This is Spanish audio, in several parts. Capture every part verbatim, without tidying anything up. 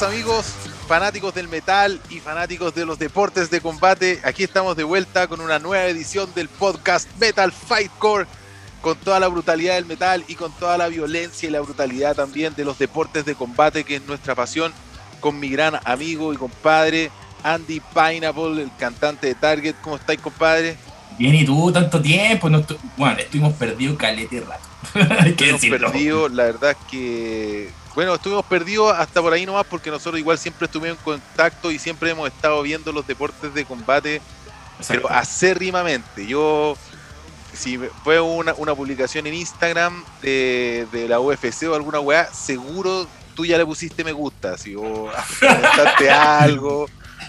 amigos, fanáticos del metal y fanáticos de los deportes de combate. Aquí estamos de vuelta con una nueva edición del podcast Metal Fight Core, con toda la brutalidad del metal y con toda la violencia y la brutalidad también de los deportes de combate, que es nuestra pasión, con mi gran amigo y compadre Andy Pineapple, el cantante de Target. ¿Cómo estáis, compadre? Bien, ¿y tú? Tanto tiempo. No estu- bueno, estuvimos perdidos calete de rato. Hay que Estuvimos decirlo. perdidos, la verdad es que... Bueno, estuvimos perdidos hasta por ahí nomás, porque nosotros igual siempre estuvimos en contacto y siempre hemos estado viendo los deportes de combate, Exacto. pero acérrimamente. Yo, si fue una, una publicación en Instagram de, de la U F C o alguna weá, seguro tú ya le pusiste me gusta, así, o comentaste algo.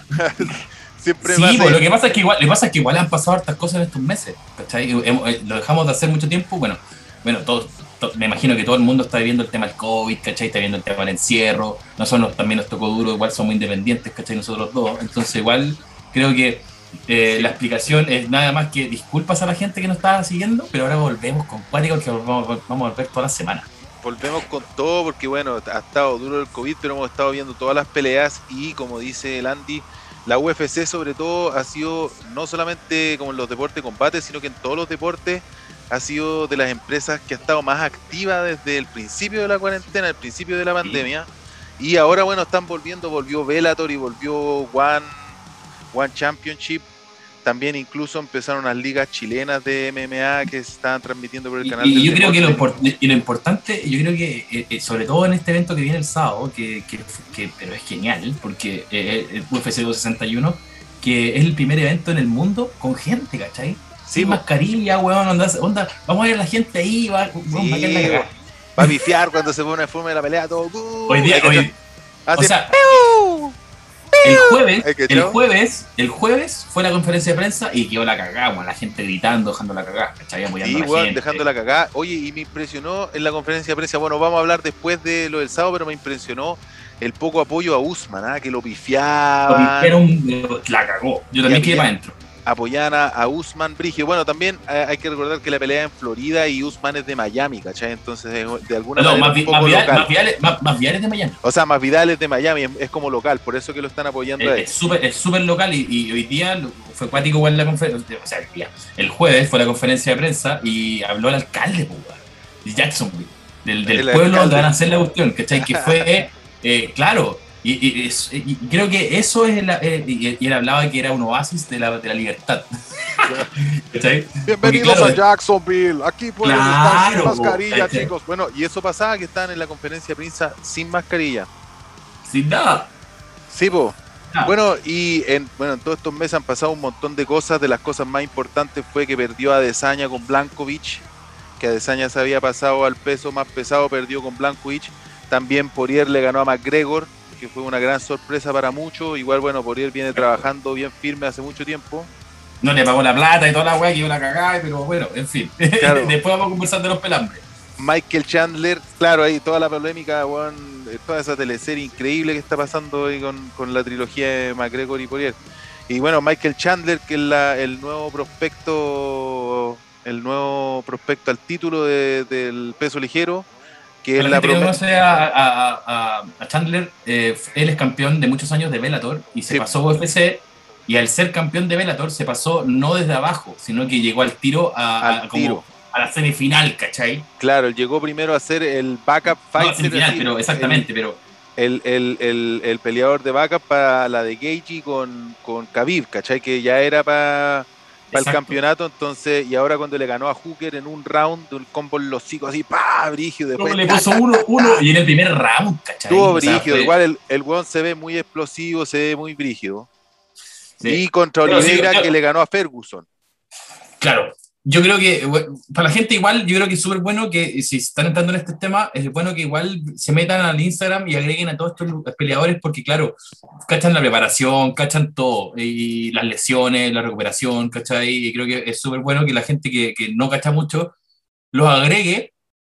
Siempre Sí, me pues, lo hace... que pasa es que igual, lo que pasa es que igual han pasado hartas cosas en estos meses, ¿cachai? Hemos- eh, Lo dejamos de hacer mucho tiempo. Bueno, bueno, todos, to- me imagino que todo el mundo está viviendo el tema del COVID, ¿cachai? Está viendo el tema del encierro. Nosotros también nos tocó duro, igual somos independientes, ¿cachai? Nosotros dos. Entonces igual creo que eh, Sí. la explicación es nada más que disculpas a la gente que nos estaba siguiendo, pero ahora volvemos con Cuático, que vamos, vamos a volver toda la semana. Volvemos con todo porque, bueno, ha estado duro el COVID, pero hemos estado viendo todas las peleas y, como dice el Andy, la U F C sobre todo ha sido, no solamente como en los deportes de combate, sino que en todos los deportes ha sido de las empresas que ha estado más activa desde el principio de la cuarentena, el principio de la pandemia. Y ahora, bueno, están volviendo, volvió Bellator y volvió One, One Championship. También incluso empezaron las ligas chilenas de M M A que se estaban transmitiendo por el Y, canal y del yo creo que lo, deporte. import- y lo importante, yo creo que, eh, eh, sobre todo en este evento que viene el sábado, que, que, que- pero es genial, porque eh, el U F C doscientos sesenta y uno, que es el primer evento en el mundo con gente, ¿cachai? Sí, Sin po. mascarilla, weón, onda, onda, vamos a ver a la gente ahí, va, weón, va a quedar la Sí, cagada. va a pifiar cuando se pone en forma de la pelea, todo. ¡uh! Hoy día, ¿Hay cachado? hoy, o Hace sea, ¡piu! el jueves, ¿Hay el cachado? jueves, el jueves fue la conferencia de prensa y quedó la cagada, weón, la gente gritando, dejando la cagada, ¿cachai? Apoyando Sí, a la weón, gente. dejando la cagada. Oye, y me impresionó en la conferencia de prensa, bueno, vamos a hablar después de lo del sábado, pero me impresionó el poco apoyo a Usman, ¿ah? Que lo Lo pifiaban dijeron, la cagó. Yo y también quedé apoya- para adentro. apoyaban a, a Usman Brigio. Bueno, también eh, hay que recordar que la pelea es en Florida y Usman es de Miami, ¿cachai? Entonces, es de alguna No, manera más, un vi- poco más, Vidal- local. más, Vidales, más, más Vidales de Miami. O sea, más Vidal es de Miami, es, es como local, por eso que lo están apoyando a Es él. es súper es súper local y, y hoy día lo- fue cuático igual la conferencia, o sea, el, día, el jueves fue la conferencia de prensa y habló el alcalde, pues, weón, de Jacksonville, del, del El pueblo donde alcalde. van a hacer la cuestión, ¿cachai? Que fue, eh, claro, y, y- es- y creo que eso es, la, eh, y, y él hablaba que era un oasis de la, de la libertad, ¿cachai? Porque, Bienvenidos claro, a Jacksonville. Aquí pueden estar sin claro, mascarilla, ¿cachai? chicos. Bueno, y eso pasaba que estaban en la conferencia de prensa sin mascarilla. Sin nada. Sí, po. nada. Bueno, y en, bueno, en todos estos meses han pasado un montón de cosas. De las cosas más importantes fue que perdió a Adesanya con Blankovic, que Adesanya se había pasado al peso más pesado, perdió con Blankovic. También Poirier le ganó a McGregor, que fue una gran sorpresa para muchos. Igual, bueno, Poirier viene trabajando bien firme hace mucho tiempo. No le pagó la plata y toda la weá que yo la cagaba, pero bueno, en fin. Claro. Después vamos a conversar de los pelambres. Michael Chandler, claro, ahí toda la polémica, weón, toda esa teleserie increíble que está pasando ahí con, con la trilogía de McGregor y Poirier. Y bueno, Michael Chandler, que es la, el nuevo prospecto, el nuevo prospecto al título de, del peso ligero, que es Para la la gente que no promesa. conoce a, a, a, a Chandler, eh, él es campeón de muchos años de Bellator y se Sí. pasó a U F C. Y al ser campeón de Bellator se pasó no desde abajo, sino que llegó al tiro a, Al a- como tiro. a la semifinal, ¿cachai? Claro, él llegó primero a ser el backup No a la fighter, semifinal, así, pero exactamente, pero el, el, el, el peleador de backup para la de Gaethje con, con Khabib, ¿cachai? Que ya era para para el exacto. campeonato, entonces, y ahora cuando le ganó a Hooker en un round, un combo en los hocicos así, pa, brígido, después Luego le ta, puso ta, uno, ta, uno ta. y en el primer round, ¿cachai? Estuvo O sea, brígido, fue- igual el, el weón se ve muy explosivo, se ve muy brígido. sí. Y contra Pero sí, Oliveira, yo- que le ganó a Ferguson. Claro, yo creo que bueno, para la gente igual, yo creo que es súper bueno que si están entrando en este tema, es bueno que igual se metan al Instagram y agreguen a todos estos peleadores porque claro, cachan la preparación, cachan todo, y las lesiones, la recuperación, ¿cachai? Y creo que es súper bueno que la gente que, que no cacha mucho los agregue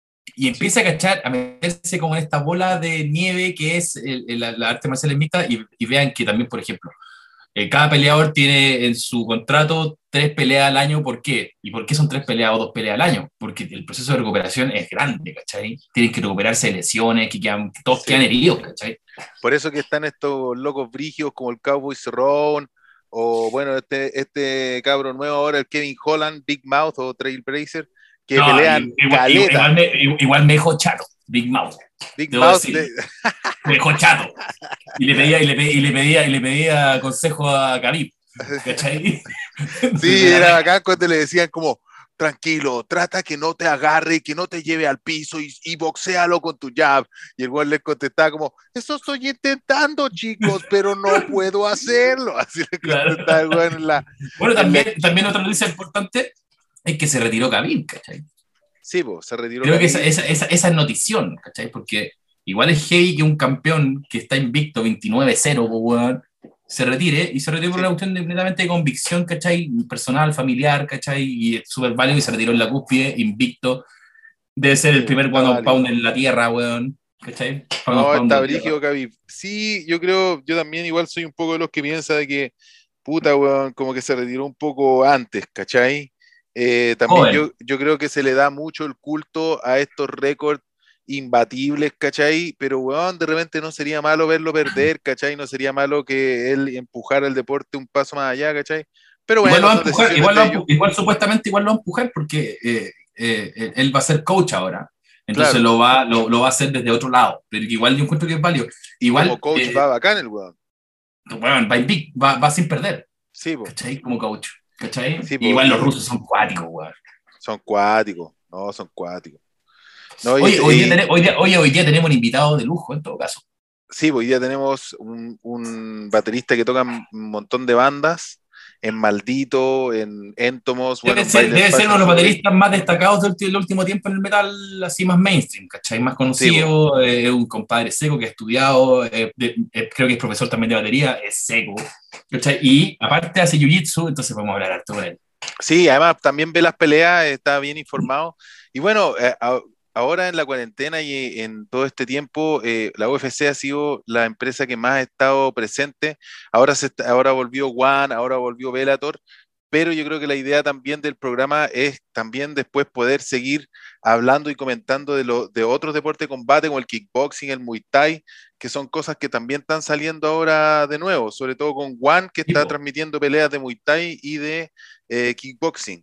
y empiece a cachar, a meterse como en esta bola de nieve que es el- el- la, la arte marcial mixta y, y vean que también, por ejemplo, Eh, cada peleador tiene en su contrato tres peleas al año. ¿Por qué? ¿Y por qué son tres peleas o dos peleas al año? Porque el proceso de recuperación es grande, ¿cachai? Tienen que recuperarse de lesiones, que quedan, todos Sí. quedan heridos, ¿cachai? Por eso que están estos locos brígidos como el Cowboy Cerrone, o bueno, este, este cabro nuevo ahora, el Kevin Holland, Big Mouth o Trailblazer, que No, pelean igual, igual, caleta. igual me, igual me dejó chato, Big Mouth. Big Debo Mouth decirlo. de... Me dejó chato. Y le pedía, y le pedía, y le pedía, y le pedía consejo a Khabib, ¿cachai? Sí, era bacán cuando le decían como, tranquilo, trata que no te agarre, que no te lleve al piso y, y boxéalo con tu jab. Y el güey le contestaba como, eso estoy intentando, chicos, pero no puedo hacerlo. Así le Claro. contestaba el güey en la... Bueno, En la... también, también otra noticia importante es que se retiró Khabib, ¿cachai? Sí, pues, se retiró Creo que esa, Khabib. esa, esa, esa es notición, ¿cachai? Porque igual es heavy que un campeón que está invicto veintinueve cero, pues, se retire, y se retiró por Sí, una cuestión de, netamente de convicción, ¿cachai? Personal, familiar, ¿cachai? Y es súper válido, y se retiró en la cúspide, invicto. Debe ser sí, el pues, primer está one on pound válido. en la tierra, weón. ¿Cachai? Pound on No, pound está de la tierra. brígido Khabib. Sí, yo creo, yo también igual soy un poco de los que piensa de que, puta, weón, como que se retiró un poco antes, ¿cachai? Eh, también Joven. yo, yo creo que se le da mucho el culto a estos récords imbatibles, ¿cachai? Pero, weón, de repente no sería malo verlo perder, ¿cachai? No sería malo que él empujara el deporte un paso más allá, ¿cachai? Pero Igual lo bueno, va a son empujar, decisiones igual, lo de va a ellos. empu- igual supuestamente igual lo va a empujar porque eh, eh, él va a ser coach ahora. Entonces Claro, lo va, lo, lo va a hacer desde otro lado. Pero igual yo encuentro que es válido. y como Igual, coach eh, va bacán el weón. bueno, va, invic- va, va sin perder. Sí, po, ¿Cachai? Como coach. ¿Cachai? sí, po, Igual los y rusos son cuáticos, weón. son cuáticos, no, son cuáticos. No, y, Oye, hoy día, y, tene- hoy día, oye, hoy día tenemos un invitado de lujo en todo caso. sí, hoy día tenemos un, un baterista que toca un montón de bandas, en Maldito, en Entomos, bueno, Debe en ser, Bailes debe ser uno Fashion de los Showcase. bateristas más destacados del, del último tiempo en el metal, así más mainstream, ¿cachai? Más Sí, po. conocido, es eh, un compadre seco que ha estudiado, eh, de, eh, creo que es profesor también de batería, es seco, ¿cachai? Y aparte hace jiu-jitsu, entonces podemos hablar harto con él. Sí, además también ve las peleas, está bien informado. Y bueno, eh, a- ahora en la cuarentena y en todo este tiempo, eh, la U F C ha sido la empresa que más ha estado presente. Ahora, se, está- ahora volvió One, ahora volvió Bellator, pero yo creo que la idea también del programa es también después poder seguir hablando y comentando de, lo, de otros deportes de combate como el kickboxing, el Muay Thai, que son cosas que también están saliendo ahora de nuevo, sobre todo con One, que está Tipo. transmitiendo peleas de Muay Thai y de eh, kickboxing.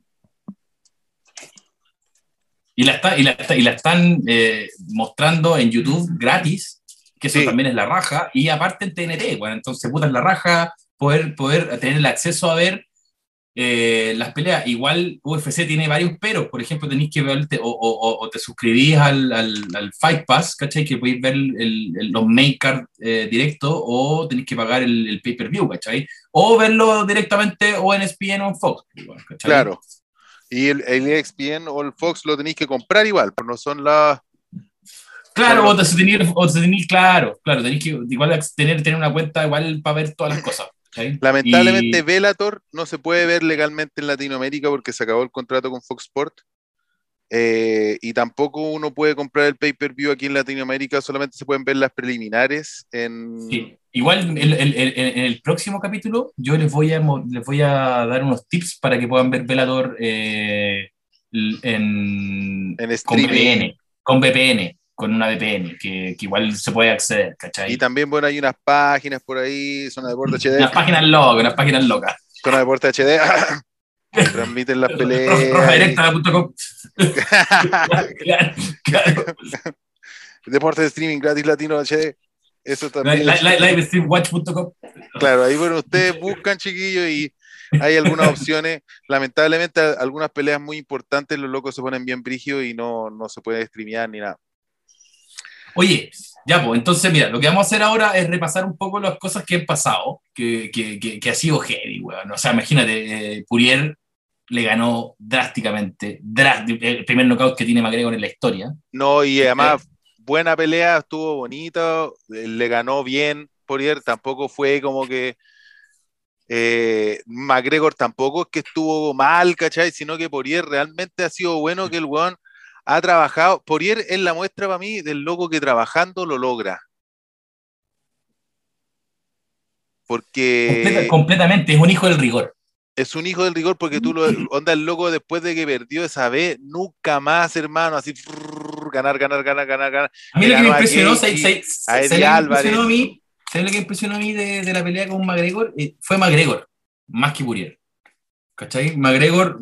Y la, está, y la, está- y la están eh, mostrando en YouTube gratis, que eso Sí, también es la raja, y aparte en T N T, bueno, entonces puta es la raja poder, poder tener el acceso a ver eh, las peleas. Igual U F C tiene varios peros, por ejemplo, tenéis que verte o, o, o te suscribís al, al, al, Fight Pass, ¿cachai? Que podéis ver el, el, los main card eh, directo, o tenéis que pagar el, el pay-per-view, ¿cachai? O verlo directamente o en E S P N o en Fox, ¿cachai? claro. Y el, el E S P N o el Fox lo tenéis que comprar igual, pero no son las... Son Claro, los, o te tenéis, o te tenéis, claro, claro, tenéis que igual tener, tener una cuenta igual para ver todas las cosas, ¿cachai? lamentablemente Y Bellator no se puede ver legalmente en Latinoamérica porque se acabó el contrato con Fox Sport. Eh, y tampoco uno puede comprar el pay-per-view aquí en Latinoamérica, solamente se pueden ver las preliminares en... sí, igual el, el, el, en el próximo capítulo yo les voy a, les voy a dar unos tips para que puedan ver Velador eh, en, en con streaming. V P N, con V P N, con una V P N, que, que igual se puede acceder, Y ¿cachai? también, bueno, hay unas páginas por ahí, Zona Deporte H D, Unas páginas locas, unas páginas locas. Zona Deporte H D, que transmiten las roja peleas y... directa punto com. Claro, claro. Deporte de streaming gratis latino H D. Eso también. Livestreamwatch punto com. Claro, ahí bueno, ustedes buscan, chiquillos, y hay algunas opciones. Lamentablemente, algunas peleas muy importantes, los locos se ponen bien brígidos y no, no se puede streamear ni nada. Oye, ya, pues, entonces, mira, lo que vamos a hacer ahora es repasar un poco las cosas que han pasado, que, que, que, que ha sido heavy, weón. O sea, imagínate, eh, Poirier le ganó drásticamente, drástic, el primer knockout que tiene McGregor en la historia. No, y ¿Okay? además, buena pelea, estuvo bonita, le ganó bien Poirier, tampoco fue como que eh, McGregor tampoco es que estuvo mal, ¿cachai? Sino que Poirier realmente ha sido bueno, que el weón ha trabajado. Poirier es la muestra para mí del loco que trabajando lo logra. porque completamente, es un hijo del rigor. Es un hijo del rigor porque tú lo onda el loco después de que perdió esa vez, nunca más, hermano, así frrr, ganar, ganar, ganar, ganar, ganar. A mí Le lo que me ganó a impresionó, Gaethje, ¿sabes a lo Eddie que me impresionó a Álvarez. mí? ¿Sabes lo que me impresionó a mí de, de la pelea con McGregor? Eh, fue McGregor, más que Poirier. ¿Cachai? McGregor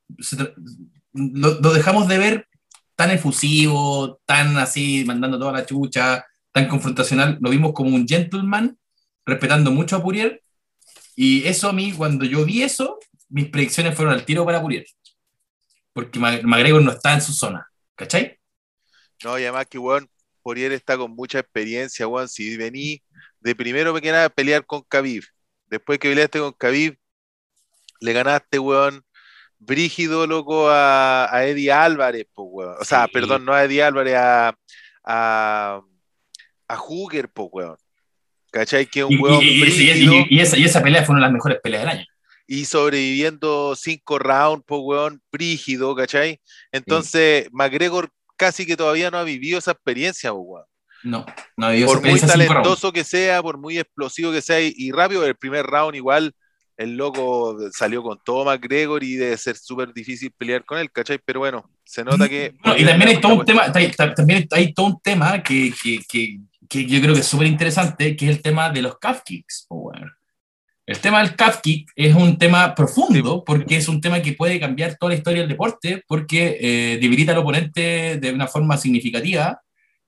lo, lo dejamos de ver tan efusivo, tan así, mandando toda la chucha, tan confrontacional. Lo vimos como un gentleman, respetando mucho a Poirier. Y eso a mí, cuando yo vi eso, mis predicciones fueron al tiro para Poirier. Porque McGregor no está en su zona. ¿Cachai? No, y además que, weón, Poirier está con mucha experiencia, weón. Si vení de primero que nada a pelear con Khabib, después que peleaste con Khabib, le ganaste, weón, brígido, loco, a, a Eddie Álvarez, pues, weón. O sea, Sí. perdón, no a Eddie Álvarez, a, a, a Hooker, pues, weón. ¿Cachai? Que es un Y, y, weón y, y, brígido y, esa, y esa pelea fue una de las mejores peleas del año. y sobreviviendo cinco rounds, pues, weón, brígido, ¿cachai? Sí. Entonces, McGregor casi que todavía no ha vivido esa experiencia, pues, weón. No, no ha habido esa Por muy experiencia cinco rounds. talentoso que sea, por muy explosivo que sea y, y rápido, el primer round igual el loco salió con todo McGregor y debe ser súper difícil pelear con él, ¿cachai? Pero bueno, se nota que Bueno, y Poirier también le, hay le todo ha un puesto. tema, también hay todo un tema que, que, que, que yo creo que es súper interesante, que es el tema de los calf kicks. Bueno, el tema del calf kick es un tema Sí, po. profundo porque es un tema que puede cambiar toda la historia del deporte porque eh, debilita al oponente de una forma significativa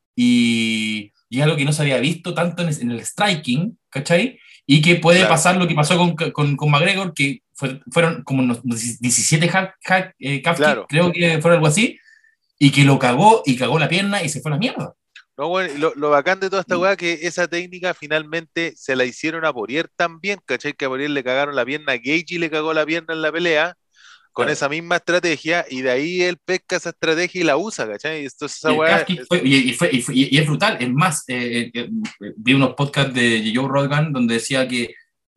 y, y es algo que no se había visto tanto en el, en el striking, ¿cachai? Y que puede Claro, pasar lo que pasó con, con, con McGregor, que fue, fueron como unos diecisiete hack, hack, eh, calf kick, claro. creo que fueron algo así, y que lo cagó y cagó la pierna y se fue a la mierda. No, bueno, y lo, lo bacán de toda esta weá que esa técnica finalmente se la hicieron a Poirier también, ¿cachai? Que a Poirier le cagaron la pierna, a Gaethje le cagó la pierna en la pelea con Claro. esa misma estrategia y de ahí él pesca esa estrategia y la usa, ¿cachai? Entonces Y esa el weá, calf kick fue, y, y fue, y, fue, y es brutal. Es más, eh, eh, eh, vi unos podcasts de Joe Rogan donde decía que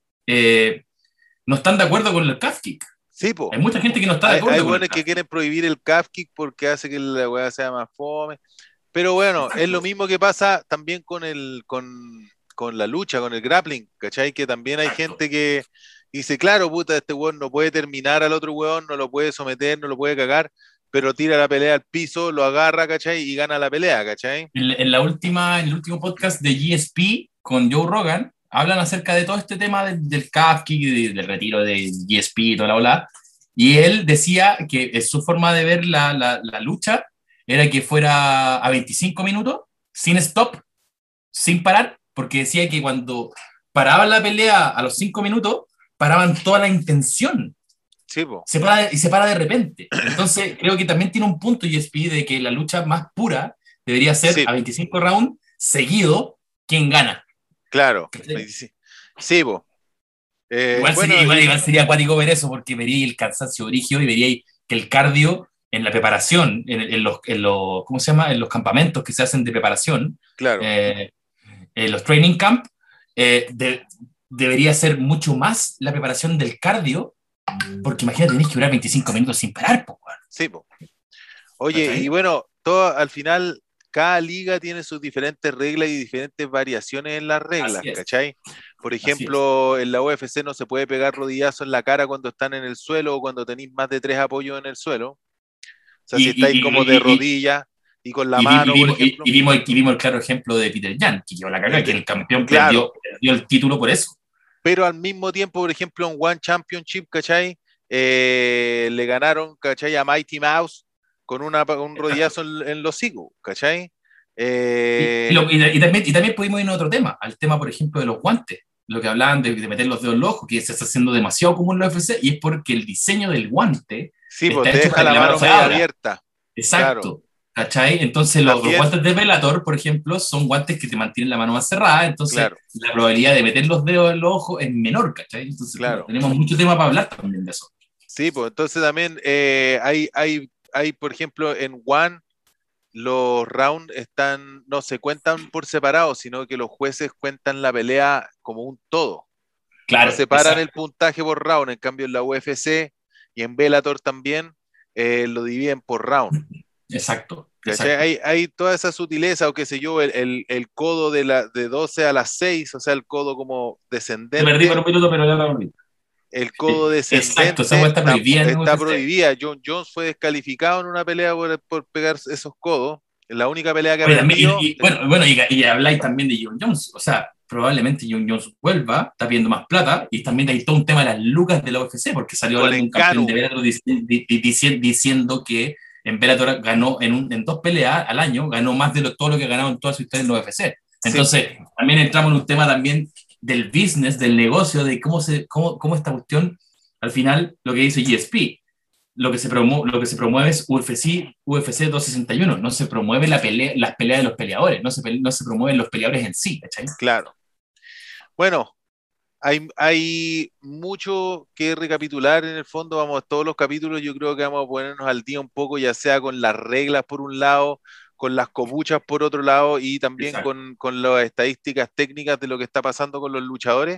eh, no están de acuerdo con el calf kick. sí, po. Hay mucha gente que no está de Hay, hay acuerdo con el buenos que calf kick. quieren prohibir el calf kick porque hace que la weá sea más fome. Pero bueno, es lo Exacto. mismo que pasa también con el, con, con la lucha, con el grappling, ¿cachai? Que también hay Exacto. gente que dice, claro, puta, este weón no puede terminar al otro weón, no lo puede someter, no lo puede cagar, pero tira la pelea al piso, lo agarra, ¿cachai? Y gana la pelea, ¿cachai? En, en la última, en el último podcast de G S P con Joe Rogan, hablan acerca de todo este tema de, del calf kick, de, del retiro de G S P y toda la ola. Y él decía que su forma de ver la, la, la lucha era que fuera a veinticinco minutos, sin stop, sin parar, porque decía que cuando paraban la pelea a los cinco minutos, paraban toda la intención. Sí, po. Se para, y se para de repente. Entonces, creo que también tiene un punto G S P de que la lucha más pura debería ser Sí, a veinticinco rounds seguido, ¿quién gana? claro. ¿Cachai? Sí, sí, po. Eh, Igual sería, bueno, igual, y igual sería acuático ver eso, porque vería el cansancio brigio y vería que el cardio en la preparación, en, en, los, en los, ¿cómo se llama? En los campamentos que se hacen de preparación, claro. eh, en los training camp, eh, de, debería ser mucho más la preparación del cardio, porque imagínate, tenés que durar veinticinco minutos sin parar, po, Sí, po. Oye, y ¿cachai? bueno, todo al final, cada liga tiene sus diferentes reglas y diferentes variaciones en las reglas, Así es, ¿cachai? Por así es. ejemplo, en la U F C no se puede pegar rodillazo en la cara cuando están en el suelo o cuando tenéis más de tres apoyos en el suelo. O sea, Y, si y, estáis como de y, y, rodilla y con la y, vi- y mano, por vimos, y, ejemplo. y vimos, y vimos el claro ejemplo de Peter Yan, que yo la caga, que Viste, el campeón claro, perdió, perdió el título por eso. pero al mismo tiempo, por ejemplo, en One Championship, ¿cachai? Eh, le ganaron, ¿cachai? A Mighty Mouse con una, un Exacto. rodillazo en, en los hocicos, ¿cachai? Y, y, Eh, lo- y- y también, y también pudimos ir a otro tema, al tema, por ejemplo, de los guantes, lo que hablaban de, de meter los dedos en los ojos, que se está haciendo demasiado común en la U F C, y es porque el diseño del guante sí, pues está te hecho deja para que la la mano mano se media abra. abierta, claro. Exacto. ¿Cachai? Entonces los, los También, guantes de Bellator, por ejemplo, son guantes que te mantienen la mano más cerrada, entonces claro, la probabilidad de meter los dedos en los ojos es menor, ¿cachai? Entonces, puta, claro. tenemos mucho tema para hablar también de eso. Sí, pues entonces también eh, hay, hay, hay, por ejemplo, en One los rounds están, no se cuentan por separado, sino que los jueces cuentan la pelea como un todo. No Claro, separan el exacto. puntaje por round, en cambio en la U F C y en Bellator también eh, lo dividen por round. Exacto. ¿Cachai? exacto. Hay, hay toda esa sutileza, o qué sé yo, el, el, el codo de, la, de doce a las seis, o sea, el codo como Te perdí por descendente, un minuto, pero ya lo volví. el codo Exacto, esa descendente weá está tam- prohibida en está U F C. prohibida. John Jones fue descalificado en una pelea por, por pegar esos codos. La única pelea que ha Oye, también, perdido, y, y, bueno, bueno y, y habláis también de John Jones. O sea, probablemente John Jones vuelva, está pidiendo más plata, y también hay todo un tema de las lucas de la U F C, porque salió con hablando un campeón de Ngannou, Bellator dic- di- di- dici- diciendo que en Bellator ganó en, un, en dos peleas al año, ganó más de lo, todo lo que ganaba en toda su historia en la U F C. sí, Entonces, también entramos en un tema también del business, del negocio, de cómo, se, cómo, cómo esta cuestión, al final, lo que dice G S P, lo que se, promu lo que se promueve es U F C, U F C doscientos sesenta y uno, no se promueve la pelea, las peleas de los peleadores, no se, no se promueven los peleadores en sí, ¿cachai? claro. Bueno, hay, hay mucho que recapitular en el fondo, vamos, todos los capítulos yo creo que vamos a ponernos al día un poco, ya sea con las reglas por un lado, con las copuchas por otro lado y también Exacto. con, con las estadísticas técnicas de lo que está pasando con los luchadores.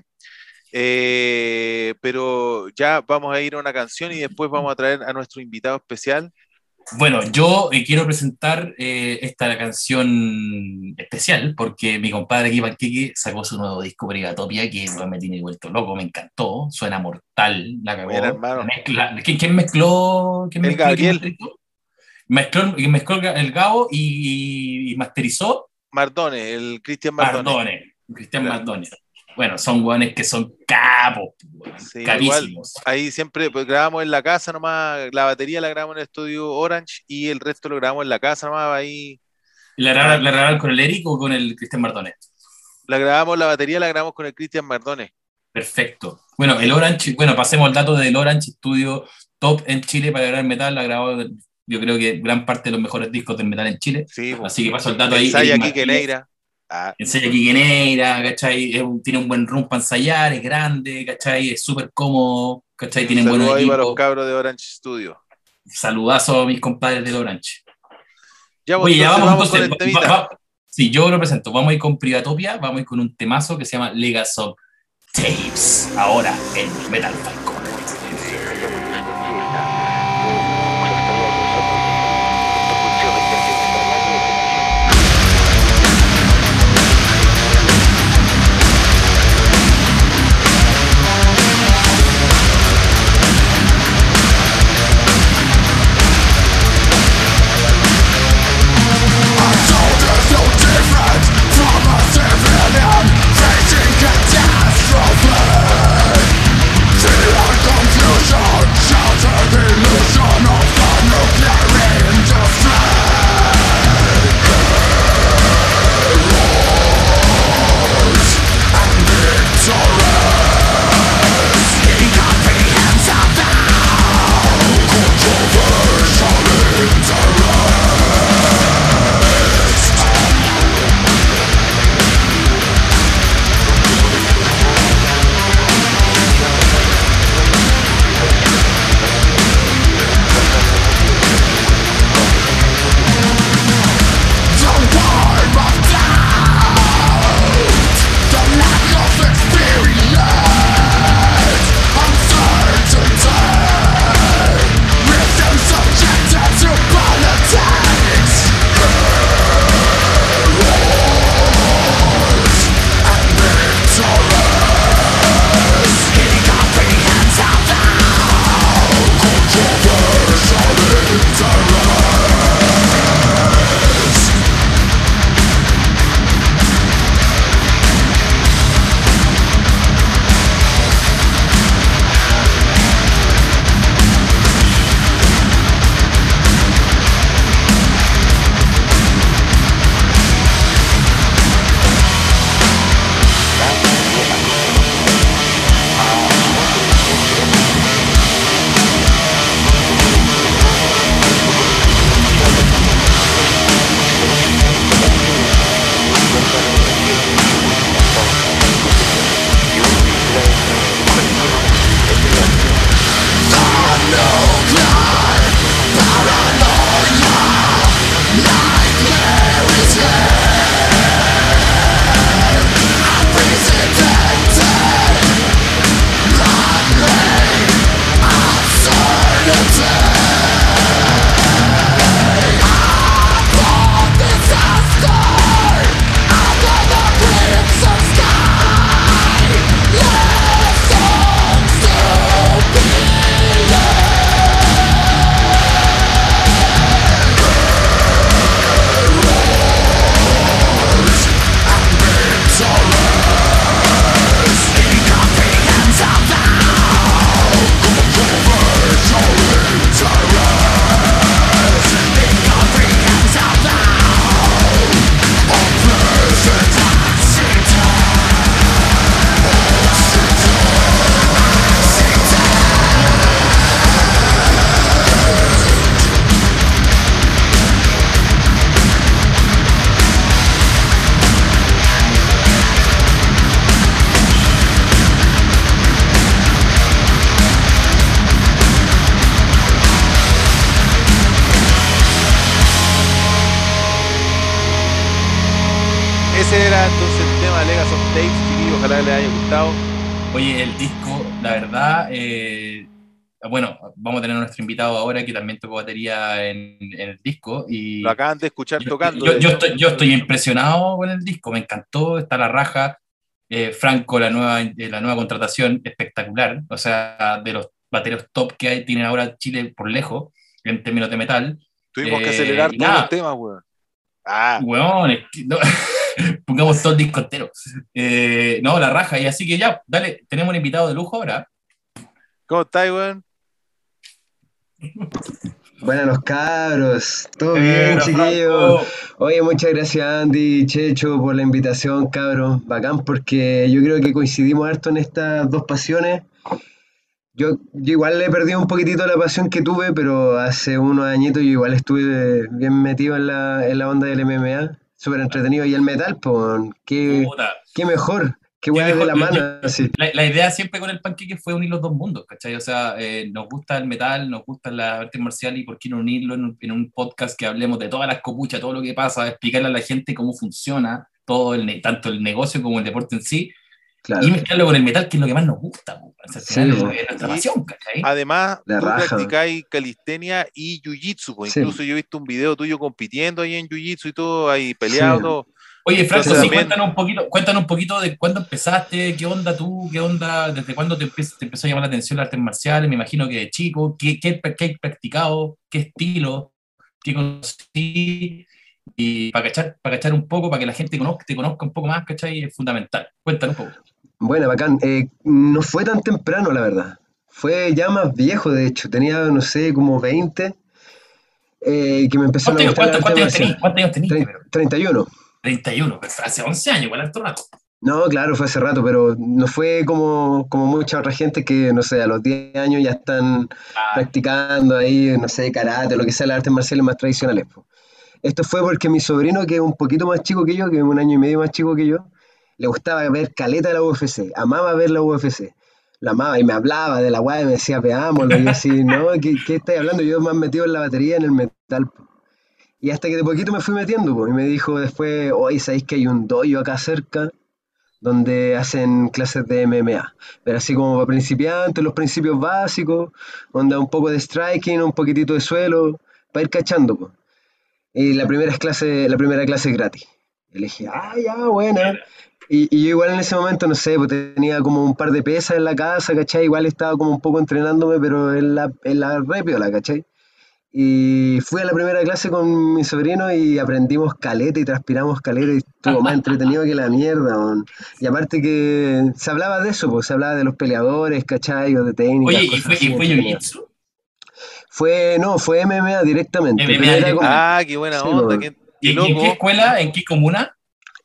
Eh, pero ya vamos a ir a una canción y después vamos a traer a nuestro invitado especial. Bueno, yo eh, quiero presentar eh, esta canción especial porque mi compadre aquí, Kiki, sacó su nuevo disco, Brigatopia, que bueno, me tiene vuelto loco, me encantó, suena mortal, la Bueno, cagó. La hermano, mezcla, ¿quién, quién mezcló? ¿Quién el mezcló y quién Gabriel masterizó? Mezcló, mezcló el Gabo y, y masterizó Mardone, el Cristian Mardone. Mardone, Cristian Claro. Mardone. Bueno, son guanes que son capos, Sí, igual capísimos. ahí siempre pues, grabamos en la casa nomás, la batería la grabamos en el estudio Orange y el resto lo grabamos en la casa nomás, ahí ¿La ah, grabaron, la grabaron con el Eric o con el Cristian Mardone? la grabamos, la batería la grabamos con el Cristian Mardone. Perfecto. Bueno, el Y Orange, bueno, pasemos al dato del Orange Studio top en Chile para grabar metal, la grabado, yo creo que gran parte de los mejores discos del metal en Chile. sí, pues, Así que paso el dato ahí, Eric ensaya Quique Martínez, Neira. Ah, ensaya Quiqueneira, ¿cachai? Es un- tiene un buen room para ensayar, es grande, ¿cachai? Es súper cómodo, sí, ¿cachai? un Tienen buenos saludo ahí para los equipos. cabros de Orange Studio. Saludazo a mis compadres del Orange. Ya, pues Oye, ya entonces vamos vamos con entonces. el Va, temita. va, sí, yo lo presento. Vamos a ir con Privatopia, vamos a ir con un temazo que se llama Legacy of Tapes, ahora en Metal Falcon. ese era entonces el tema de Legacy of Tapes, chiquillos, ojalá les haya gustado. Oye, el disco, la verdad, eh, bueno, vamos a tener a nuestro invitado ahora que también tocó batería en, en el disco. Y Lo acaban de escuchar yo, tocando, yo, de yo hecho. estoy, yo estoy impresionado con el disco, me encantó, está la raja. Eh, Franco, la nueva, eh, la nueva contratación, espectacular. O sea, de los bateros top que hay, tienen ahora Chile por lejos, en términos de metal. Tuvimos que Eh, acelerar y todos los nada, temas, weón. Ah, weón, es que no, pongamos todo el disco entero. Eh, no, la raja. Y así que ya, dale, tenemos un invitado de lujo ahora. ¿cómo estáis, weón? Buenas los cabros, todo bien, Era chiquillos. Franco. Oye, muchas gracias Andy, Checho, por la invitación, cabros. Bacán, porque yo creo que coincidimos harto en estas dos pasiones. Yo, yo igual le perdí un poquitito la pasión que tuve, pero hace unos añitos yo igual estuve bien metido en la, en la onda del M M A, súper entretenido. Y el metal, pues, qué, Puta. qué mejor, qué Qué weá de mejor, la yo- mano, yo- así. la, la idea siempre con el panqueque fue unir los dos mundos, ¿cachai? O sea, eh, nos gusta el metal, nos gusta la arte marcial y por qué no unirlo en un, en un podcast que hablemos de todas las copuchas, todo lo que pasa, explicarle a la gente cómo funciona todo el, ne- tanto el negocio como el deporte en sí, y Claro, mezclarlo con el metal, que es lo que más nos gusta, po. O sea, al final sí, es, po, es nuestra Y pasión, ¿cachai? además, la tú raja, practicáis calistenia y jiu-jitsu, pues sí, incluso yo he visto un video tuyo compitiendo ahí en jiu-jitsu y todo, ahí sí, peleado, todo. Oye, sí, Franco, Entonces sí, po. también, cuéntanos un poquito, cuéntanos un poquito de cuándo empezaste, qué onda tú, qué onda, desde cuándo te, empe- te empezó a llamar la atención las artes marciales, me imagino que de chico, qué, qué, qué has practicado, qué estilo, qué conocí, y para cachar, para cachar un poco, para que la gente conozca, te conozca un poco más, ¿cachai? Es fundamental. Cuéntanos un poco. Bueno, bacán. Eh, no fue tan temprano, la verdad. Fue ya más viejo, de hecho. Tenía, no sé, como veinte, eh, que me empezaron ¿Cuántos a años, gustar las cuántos, artes cuántos años tenís? marciales. ¿Cuántos años tenís Trein- primero? treinta y uno. treinta y uno, pues hace once años, igual harto rato. No, claro, fue hace rato, pero no fue como, como mucha otra gente que, no sé, a los diez años ya están Ah, practicando ahí, no sé, karate, lo que sea, las artes marciales más tradicionales, po. Esto fue porque mi sobrino, que es un poquito más chico que yo, que es un año y medio más chico que yo, le gustaba ver caleta de la U F C, amaba ver la U F C. La amaba y me hablaba de la weá y me decía, veámoslo. Y yo así, no, ¿qué, qué estáis hablando? Yo más metido en la batería, en el metal, po. Y hasta que de poquito me fui metiendo, po, y me dijo después, oye, ¿sabéis que hay un dojo acá cerca donde hacen clases de M M A? Pero así como para principiantes, los principios básicos, onda un poco de striking, un poquitito de suelo, para ir cachando, po. Y la primera es clase, la primera clase es gratis. Y le dije, ah, ya, buena. Y, y yo igual en ese momento, no sé, pues tenía como un par de pesas en la casa, ¿cachai? Igual estaba como un poco entrenándome, pero en la, en la re piola, ¿cachai? Y fui a la primera clase con mi sobrino y aprendimos caleta y transpiramos caleta y estuvo más entretenido que la mierda, man. Y aparte que se hablaba de eso, pues se hablaba de los peleadores, ¿cachai? O de oye, técnicas, ¿y cosas fue, así y fue entretenidas. Jiu-Jitsu? Fue, no, fue M M A directamente, pero M M A era como, directamente. ah, qué buena sí, onda, pues, qué, qué ¿Y, y en qué loco. escuela, en qué comuna?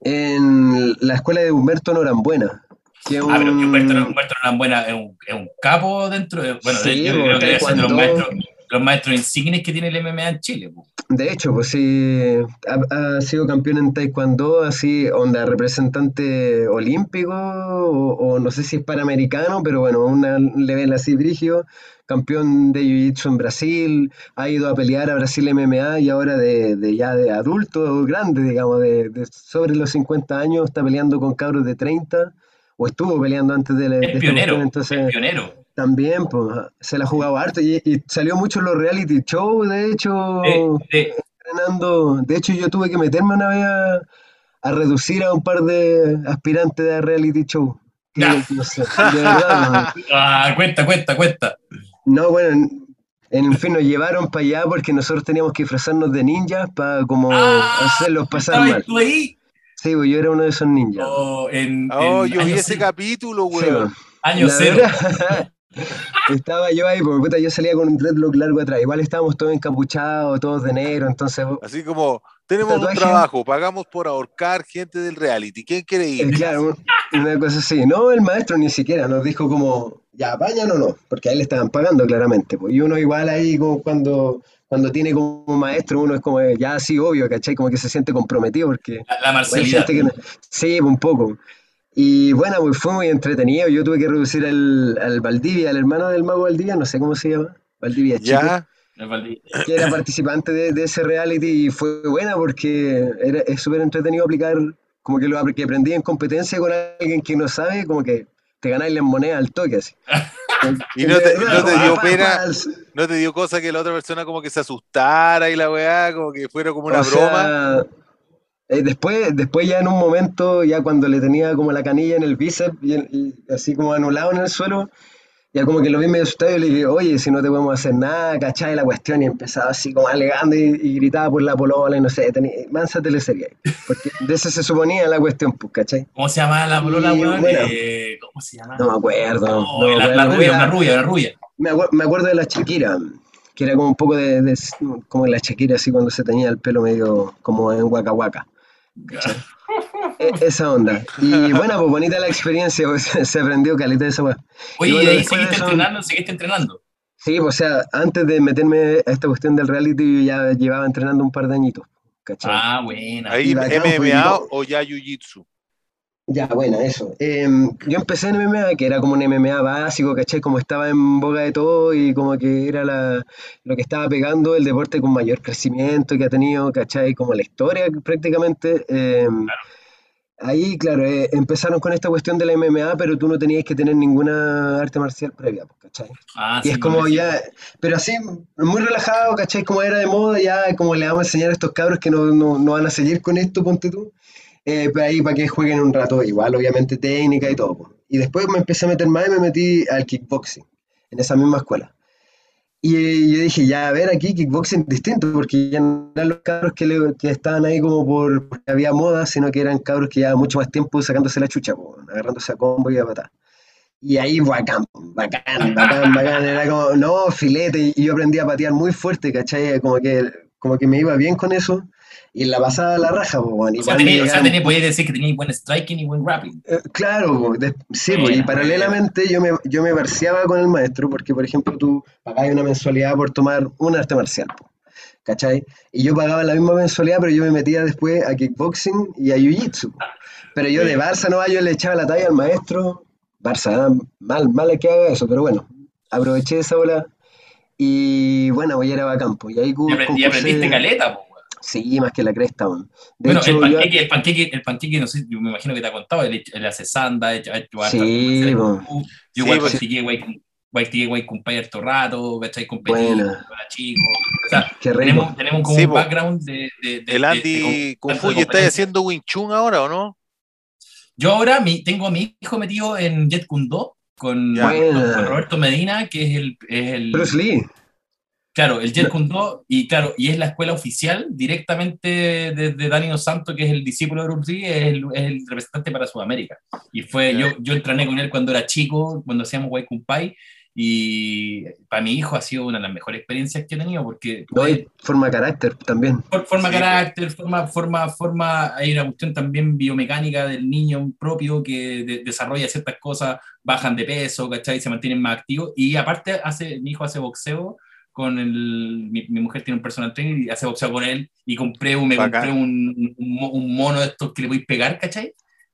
en la escuela de Humberto Norambuena, que es Ah, pero que Humberto, un... Humberto Norambuena es un, es un capo dentro de, bueno, de- Sí, yo pues, creo que debe ser de los taekwondo. maestros, los maestros insignes que tiene el M M A en Chile, po. De hecho, pues sí, ha, ha sido campeón en taekwondo, así, onda, representante olímpico, o, o no sé si es panamericano, pero bueno, una level así brigio, campeón de jiu-jitsu en Brasil, ha ido a pelear a Brasil M M A y ahora de, de ya de adulto grande, digamos, de, de sobre los cincuenta años, está peleando con cabros de treinta, o estuvo peleando antes de, Es de esta cuestión, pionero, es entonces pionero. también, pues, se la ha Sí. jugado harto y, y salió mucho en los reality shows, de De, hecho, de, entrenando. De hecho, yo tuve que meterme una vez a, a reducir a un par de aspirantes de reality show. ya. Que, no sé, de verdad, man. Ah, cuenta, cuenta, cuenta. No, bueno, en, en fin, nos llevaron para allá porque nosotros teníamos que disfrazarnos de ninjas para como Ah, hacerlos pasar ¿estabas mal. tú ahí? Sí, pues yo era uno de esos ninjas. Oh, en, Oh, en yo vi año ese cero. capítulo, Sí, pues. weón. Año La cero. verdad, estaba yo ahí, porque puta, yo salía con un dreadlock largo atrás. Igual estábamos todos encapuchados, todos de negro, entonces, Así como, tenemos un tatuaje. trabajo, pagamos por ahorcar gente del reality. ¿Quién quiere Eh, ir? claro, un- una cosa así. No, el maestro ni siquiera nos dijo como, ya, vayan o no, porque a él le estaban pagando claramente, pues. Y uno igual ahí como cuando, cuando tiene como maestro, uno es como, eh, ya sí, obvio, ¿cachai? Como que se siente comprometido, porque La, la igual marcialidad. siente que... no- Sí, pues, un poco. Y bueno, pues fue muy entretenido. Yo tuve que reducir al, al Valdivia, al hermano del mago Valdivia, no sé cómo se llama, Valdivia Chico, Ya, El Valdí- que era participante de, de ese reality y fue buena porque era, es súper entretenido aplicar como que lo que aprendí en competencia con alguien que no sabe, como que te ganáis las monedas al toque, así. Y no te, no te dio pena, no te dio cosa que la otra persona como que se asustara y la weá, como que fuera como una O broma. sea, eh, después, después ya en un momento, ya cuando le tenía como la canilla en el bíceps y, y así como anulado en el suelo, ya como que lo vi medio asustado y le dije, oye, si no te podemos hacer nada, ¿cachai? La cuestión y empezaba así como alegando y, y gritaba por la polola y no sé, tenía mansa teleserie ahí. Porque de eso se suponía la cuestión, pues, ¿cachai? ¿Cómo se llama la polola, Y weón? bueno, Eh, ¿cómo se llama? no me acuerdo, Oh, no me la, la acuerdo. rubia, una Era, rubia, una rubia. me, acuer- me acuerdo de la Shakira, que era como un poco de, de- como la Shakira así cuando se tenía el pelo medio como en Waka Waka, ¿cachai? E- esa onda. Y bueno, pues bonita la experiencia, pues, se aprendió caleta de esa weá. Oye, Y ¿y bueno, de ahí después de seguiste eso, entrenando? ¿Seguiste entrenando? sí, pues, o sea, antes de meterme a esta cuestión del reality, yo ya llevaba entrenando un par de añitos, ¿cachai? Ah, buena. Ahí Iba a campo y M M A todo. o ya Jiu-Jitsu. Ya, bueno, eso. Em, yo empecé en M M A, que era como un M M A básico, ¿cachai? Como estaba en boga de todo y como que era la, lo que estaba pegando el deporte con mayor crecimiento que ha tenido, ¿cachai? Como la historia prácticamente. Em, ahí, claro, eh, empezaron con esta cuestión de la M M A, pero tú no tenías que tener ninguna arte marcial previa, pues, ¿cachai? Ah, Y es sí, me como parecía. ya, pero así, muy relajado, ¿cachai? Como era de moda, ya como le vamos a enseñar a estos cabros que no, no, no van a seguir con esto, ponte tú. Eh, para ahí para que jueguen un rato, igual obviamente técnica y todo, po. Y después me empecé a meter más y me metí al kickboxing, en esa misma escuela. Y eh, yo dije, ya, a ver, aquí kickboxing distinto, porque ya no eran los cabros que, le- que estaban ahí como por, porque había moda, sino que eran cabros que llevaban mucho más tiempo sacándose la chucha, po, agarrándose a combo y a patada. Y ahí, bacán, bacán, bacán, bacán, era como, no, filete, y yo aprendí a patear muy fuerte, ¿cachai? Como que, como que me iba bien con eso, y en la pasada la raja, pues, bueno, O sea, igual me tenía, o sea, llegaron. tenía, podía decir que tenía buen striking y buen grappling. Eh, claro, po, de- sí, po, y Buena, buena. paralelamente yo me, yo me verseaba con el maestro, porque por ejemplo tú pagabas una mensualidad por tomar un arte marcial, po, ¿cachai? Y yo pagaba la misma mensualidad, pero yo me metía después a kickboxing y a jiu-jitsu. Pero yo de Buena. Barça no, yo le echaba la talla al maestro. Barça, ah, mal, mal que haga eso, pero bueno, aproveché esa ola y bueno, voy a ir a campo. Y ahí Y, cu- aprend- y aprendiste concursé, caleta, po, weón. sí, más que la cresta, man. De Bueno, el hecho, yo, panqueque, el panqueque, el panqueque, no sé, yo me imagino que te ha contado, él, él hace sanda, ha hecho, ha hecho hartas artes sí, marciales como po, tú. Yo Sí, igual pues sí, practiqué guay con, practiqué guay con Pai harto rato, ¿cachai? Competí buena, cuando era chico. O sea, qué rico. tenemos, tenemos como sí, un pues. background de, de, de, El de, de com- Andy Kung tanto Fu de y está competencia. haciendo Wing Chun ahora, ¿o no? Yo ahora mi, tengo a mi hijo metido en Jet Kundo con, Ya. con Buena. Roberto Medina, que es el, es Bruce el Lee. claro, el Jet No, Kundo, y claro, y es la escuela oficial directamente desde Dani Dos Santos, que es el discípulo de Bruce Lee, es el, es el representante para Sudamérica. Y fue, Ya. yo, yo entrené con él cuando era chico, cuando hacíamos Wai Kung Pai, y para mi hijo ha sido una de las mejores experiencias que he tenido, porque no hay puede, forma de carácter también. for- forma Sí, pues. carácter, forma, forma, forma, hay una cuestión también biomecánica del niño propio que de- desarrolla ciertas cosas, bajan de peso, ¿cachai? Se mantienen más activos, y aparte hace, mi hijo hace boxeo con el, mi, mi mujer tiene un personal trainer y hace boxeo con él, y compré, un- me compré Bacán. un, un, mo- un mono de estos que le podéis pegar, ¿cachai?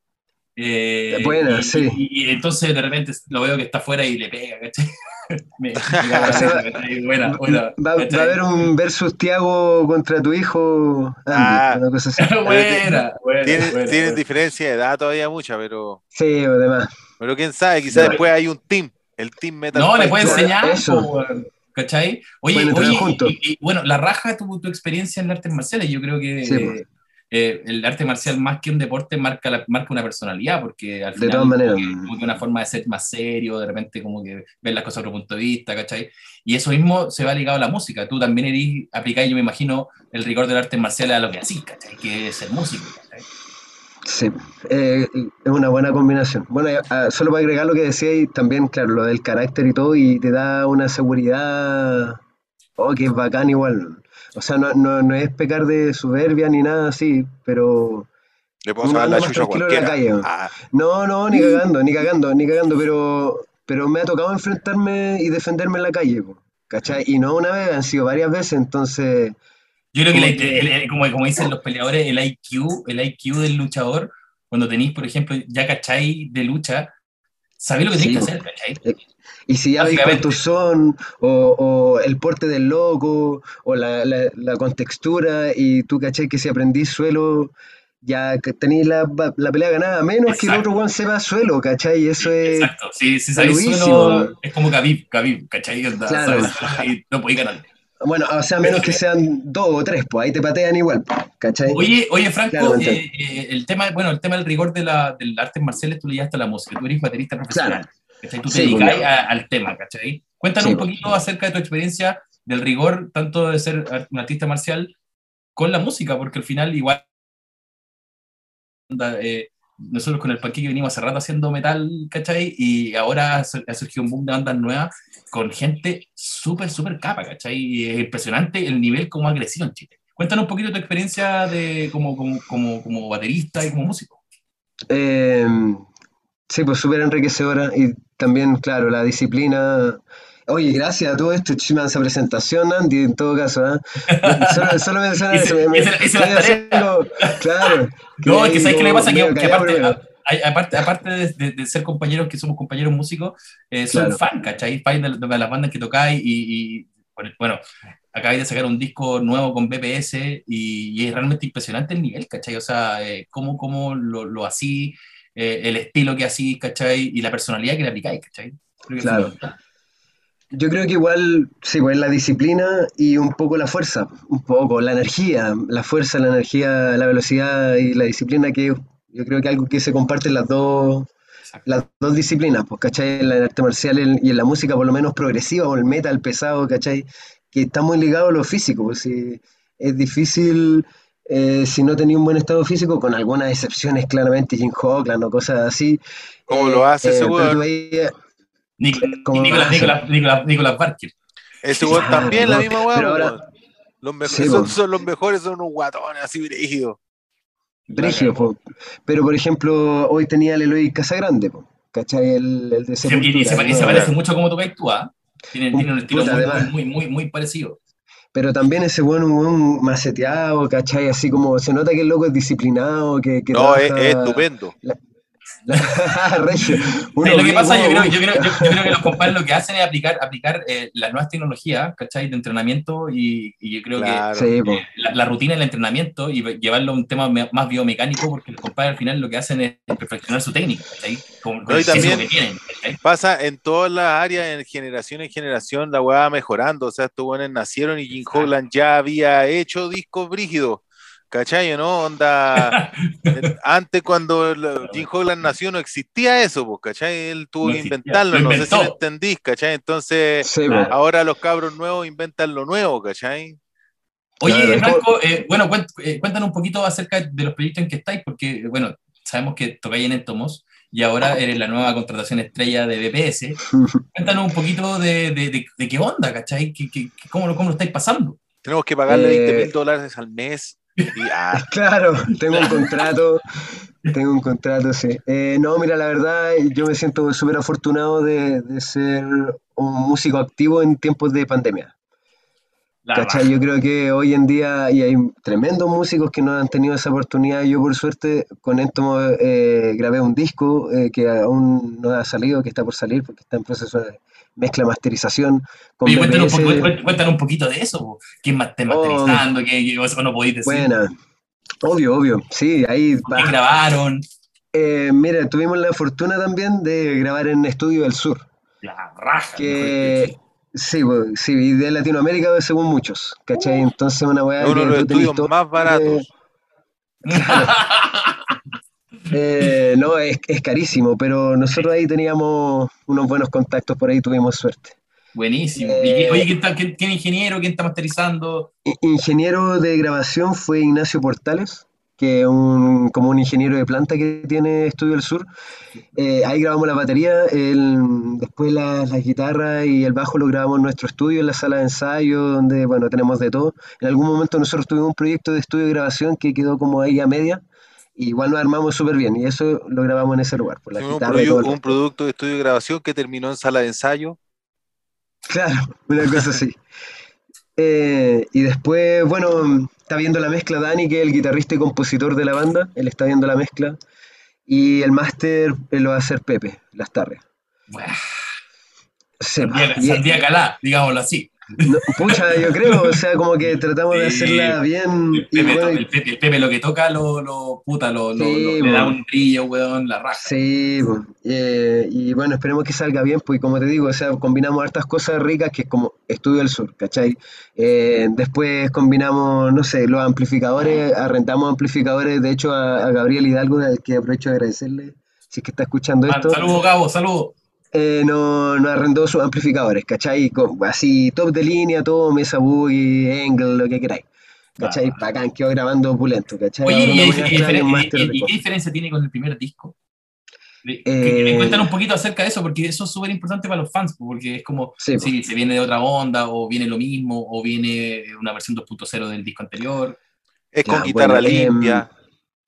Eh, Buena, y, sí. y- y entonces de repente lo veo que está afuera y le pega, ¿cachai? Me, me cago en O la sea, risa, va, ¿cachai? Buena, buena, va- va a ¿cachai? haber un versus Tiago contra tu hijo, Andy, Ah, una cosa así. pero ti- Buena, buena, tienen, buena, tienen buena. diferencia de edad todavía mucha, pero, Sí, además, pero quién sabe, quizás además. después hay un team, el Team Metal No, le puede Fighter. Claro, enseñar, eso, po, weón, ¿cachai? pueden Oye, entrenar oye, juntos. y, y- bueno, la raja tu, tu experiencia en artes marciales. Yo creo Sí, pues, que eh, el arte marcial, más que un deporte, marca, la- marca una personalidad, porque al de todas final, como maneras. que, como que una forma de ser más serio, de repente, como que ver las cosas a otro punto de vista, ¿cachai? Y eso mismo se va ligado a la música. Tú también eres, aplicáis, yo me imagino, el rigor del arte marcial a lo que hacís, ¿cachai? Que es ser músico, ¿cachai? Sí, eh, es una buena combinación. Bueno, eh, ah, solo para agregar lo que decía y también, claro, lo del carácter y todo, y te da una seguridad, oh, que es bacán igual. O sea, no, no, no es pecar de soberbia ni nada así, pero Le puedo uno sacar anda la más chucha a tranquilo en la cualquiera. calle. Ah, No, no, ni cagando, ni cagando, ni cagando, pero, pero me ha tocado enfrentarme y defenderme en la calle, po, ¿cachai? Y no una vez, han sido varias veces, entonces, Yo creo que, la- como el- que, el- como, como dicen los peleadores, el I Q, el I Q del luchador, cuando tenéis, por ejemplo, ya cachai de lucha, sabéis lo que tenéis sí, que po. hacer, ¿cachai? Eh, Y si ya veis cuántos Básicamente. son, o, o el porte del loco, o la, la, la contextura, y tú, ¿cachai? Que si aprendís suelo, ya que tenéis la, la pelea ganada, a menos que el otro Exacto, weón sepa suelo, ¿cachai? Y eso es exacto. Si, si sabéis saludísimo, suelo, es como Khabib, Khabib, ¿cachai? Onda, claro. sabes suelo y no podéis ganarle. Bueno, o sea, a menos que sean dos o tres, pues ahí te patean igual, ¿cachai? Oye, oye, Franco, Claramente. eh, eh, el tema, bueno, el tema del rigor de la, del artes marciales, tú le llevaste a la música, tú eres baterista Claro, profesional, ¿cachai? Tú te sí, pues dedicas viejo. al tema, ¿cachai? Cuéntanos Sí, un pues. poquito acerca de tu experiencia del rigor, tanto de ser ar- un artista marcial con la música, porque al final igual onda, eh, nosotros con el Panqueque venimos hace rato haciendo metal, ¿cachai? Y ahora ha sur- ha surgido un boom de bandas nuevas con gente súper, súper capa, ¿cachai? Y es impresionante el nivel como ha crecido en Chile. Cuéntanos un poquito tu experiencia de, como, como, como, como baterista y como músico. Eh, sí, pues súper enriquecedora y también, claro, la disciplina. Oye, gracias a todo esto, chima, esa presentación, Andy, en todo caso, ¿ah? Me- Solo, solo mencionar eso, Hice, me, me- hice, hice estoy las tareas. haciendo, claro, que No, es que ahí ¿sabes qué le como pasa? medio Que, que callado aparte, primero, a- hay- aparte, aparte de, de- de ser compañeros, que somos compañeros músicos, eh, soy claro, fan, ¿cachai? Fan de, de las bandas que tocáis y, y, bueno, acabáis de sacar un disco nuevo con B P S y, y es realmente impresionante el nivel, ¿cachai? O sea, eh, cómo, cómo lo, lo así, eh, el estilo que así, ¿cachai? Y la personalidad que le aplicáis, ¿cachai? Creo que es claro. fundamental. Yo creo que igual, sí, pues la disciplina y un poco la fuerza, un poco, la energía, la fuerza, la energía, la velocidad y la disciplina, que yo creo que algo que se comparte en las dos, Exacto. las dos disciplinas, pues, ¿cachai? En el arte marcial y en la música, por lo menos progresiva, o el metal pesado, ¿cachai? Que está muy ligado a lo físico, pues si es difícil, eh, si no tenía un buen estado físico, con algunas excepciones, claramente, Jim Hawkland o cosas así, ¿Cómo lo eh, hace ese eh, pero tú weón? veías Nic- cómo Nicolás, hace, Nicolás, Nicolás, Nicolás Barker. Ese weón claro, también la ¿no? misma weá, Pero pues, ahora, weón. Los mejores, sí, son, pues, son los mejores, son unos guatones así brígidos. La brígido, cagó. po. Pero por ejemplo, hoy tenía el Eloy Casagrande, po, ¿cachai? El, el de Y se, y Sepultura, se, el y se nuevo. parece Claro. mucho como tocáis tú, ¿ah? Tienen, Un tienen un estilo puta, muy, muy, además. muy, muy, muy parecido. Pero también ese bueno, un weón maceteado, ¿cachai? Así como se nota que el loco es disciplinado, que, que No, es, es trabaja. estupendo. La, la- Regio. ¿Sabes Uno lo que ve, pasa? Yo ¿cómo? creo, ¿Cómo? yo creo, yo, yo creo que los compadres lo que hacen es aplicar, aplicar eh, las nuevas tecnologías, ¿cachai? De entrenamiento y, y yo creo que Claro. Sí, po. la, la rutina del entrenamiento y llevarlo a un tema me- más biomecánico porque los compadres al final lo que hacen es perfeccionar su técnica, ¿cachai? Con, con No, el y físico también que tienen, ¿cachai? pasa en todas las áreas, en generación en generación, la weá va mejorando. O sea, estos weones nacieron y Jim Exacto. Hoglan ya había hecho discos brígidos. ¿Cachai? ¿No? Onda. eh, Antes, cuando la- Jim Hoglan nació, no existía eso, pues, ¿cachai? Él tuvo No que existía. inventarlo, Lo no sé si me inventó. entendís, ¿cachai? Entonces, Sí, po. Claro. ahora los cabros nuevos inventan lo nuevo, ¿cachai? Claro, Oye, es como. Franco, eh, bueno, cuént- eh, cuéntanos un poquito acerca de los proyectos en que estáis, porque, bueno, sabemos que tocáis en Entomos y ahora eres la nueva contratación estrella de B P S. Cuéntanos un poquito de, de, de- de qué onda, ¿cachai? ¿Qué, qué- qué- cómo, lo, ¿Cómo lo estáis pasando? Tenemos que pagarle veinte Eh, mil dólares al mes y, ah, claro, tengo un contrato. Tengo un contrato, sí. Eh, no, mira, la verdad, yo me siento súper afortunado de, de ser un músico activo en tiempos de pandemia. La ¿Cachai? Yo raja. creo que hoy en día, y hay tremendos músicos que no han tenido esa oportunidad, yo por suerte con esto eh, grabé un disco eh, que aún no ha salido, que está por salir, porque está en proceso de mezcla masterización con Oye, cuéntanos un, poco- B P S. cuént- cuéntanos un poquito de eso, po. ¿Quién más está Oh, masterizando? ¿Qué, qué- o no podéis decir? buena, obvio, obvio, sí, ahí ¿Con quién va. grabaron? Eh, mira, tuvimos la fortuna también de grabar en Estudio del Sur. La raja, el mejor estudio de Que Chile. sí, pues, sí, y de Latinoamérica según muchos, ¿cachai? Uh. Entonces una es weá uno de que los tú tenés estudios todo más lo que... baratos. Claro, eh, no, es, es carísimo, pero nosotros ahí teníamos unos buenos contactos, por ahí tuvimos suerte. Buenísimo. ¿Y qué- Eh, oye, ¿quién, está, quién, quién es ingeniero? ¿Quién está masterizando? i- ingeniero de grabación fue Ignacio Portales, que es un, como un ingeniero de planta que tiene Estudio del Sur. Eh, ahí grabamos la batería, el- después la, la guitarra y el bajo lo grabamos en nuestro estudio, en la sala de ensayo, donde, bueno, tenemos de todo. En algún momento nosotros tuvimos un proyecto de estudio de grabación que quedó como ahí a media, y igual nos armamos súper bien, y eso lo grabamos en ese lugar, por la Hicimos un, guitarra y todo proyu- el un resto. producto de estudio de grabación que terminó en sala de ensayo. Claro, una cosa así. Eh, y después, bueno, está viendo la mezcla Dani, que es el guitarrista y compositor de la banda, él está viendo la mezcla, y el máster eh, lo va a hacer Pepe, Las Tardes. Buah, Sepa. Sandía, Y, Sandía Calá, digámoslo así. No, pucha, yo creo, o sea, como que tratamos de Sí, hacerla bien el y Pepe, to- bueno, el Pepe, el Pepe lo que toca lo, lo puta, lo, lo, lo- sí, le da po, un brillo, weón, la raja. sí, po, eh, y bueno, esperemos que salga bien, pues y como te digo, o sea, combinamos hartas cosas ricas que es como Estudio del Sur, ¿cachai? Eh, después combinamos, no sé, los amplificadores, arrendamos amplificadores, de hecho a, a Gabriel Hidalgo, al que aprovecho de agradecerle, si es que está escuchando Ah, esto, saludos, Gabo, saludos. eh, no, no arrendó sus amplificadores, ¿cachai? Con- así, top de línea, todo, Mesa Boogie, Angle, lo que queráis. La ¿Cachai? raja. Bacán, quedó grabando opulento, ¿cachai? Oye, Ahora ¿y, una y- y maestra y diferen- un y- máster de y- y qué cosas. diferencia tiene con el primer disco? De- que, que me cuentan Eh, un poquito acerca de eso, porque eso es súper importante para los fans, porque es como sí, pues, si se viene de otra onda, o viene lo mismo, o viene una versión dos punto cero del disco anterior. Es con ya, bueno, guitarra em, limpia.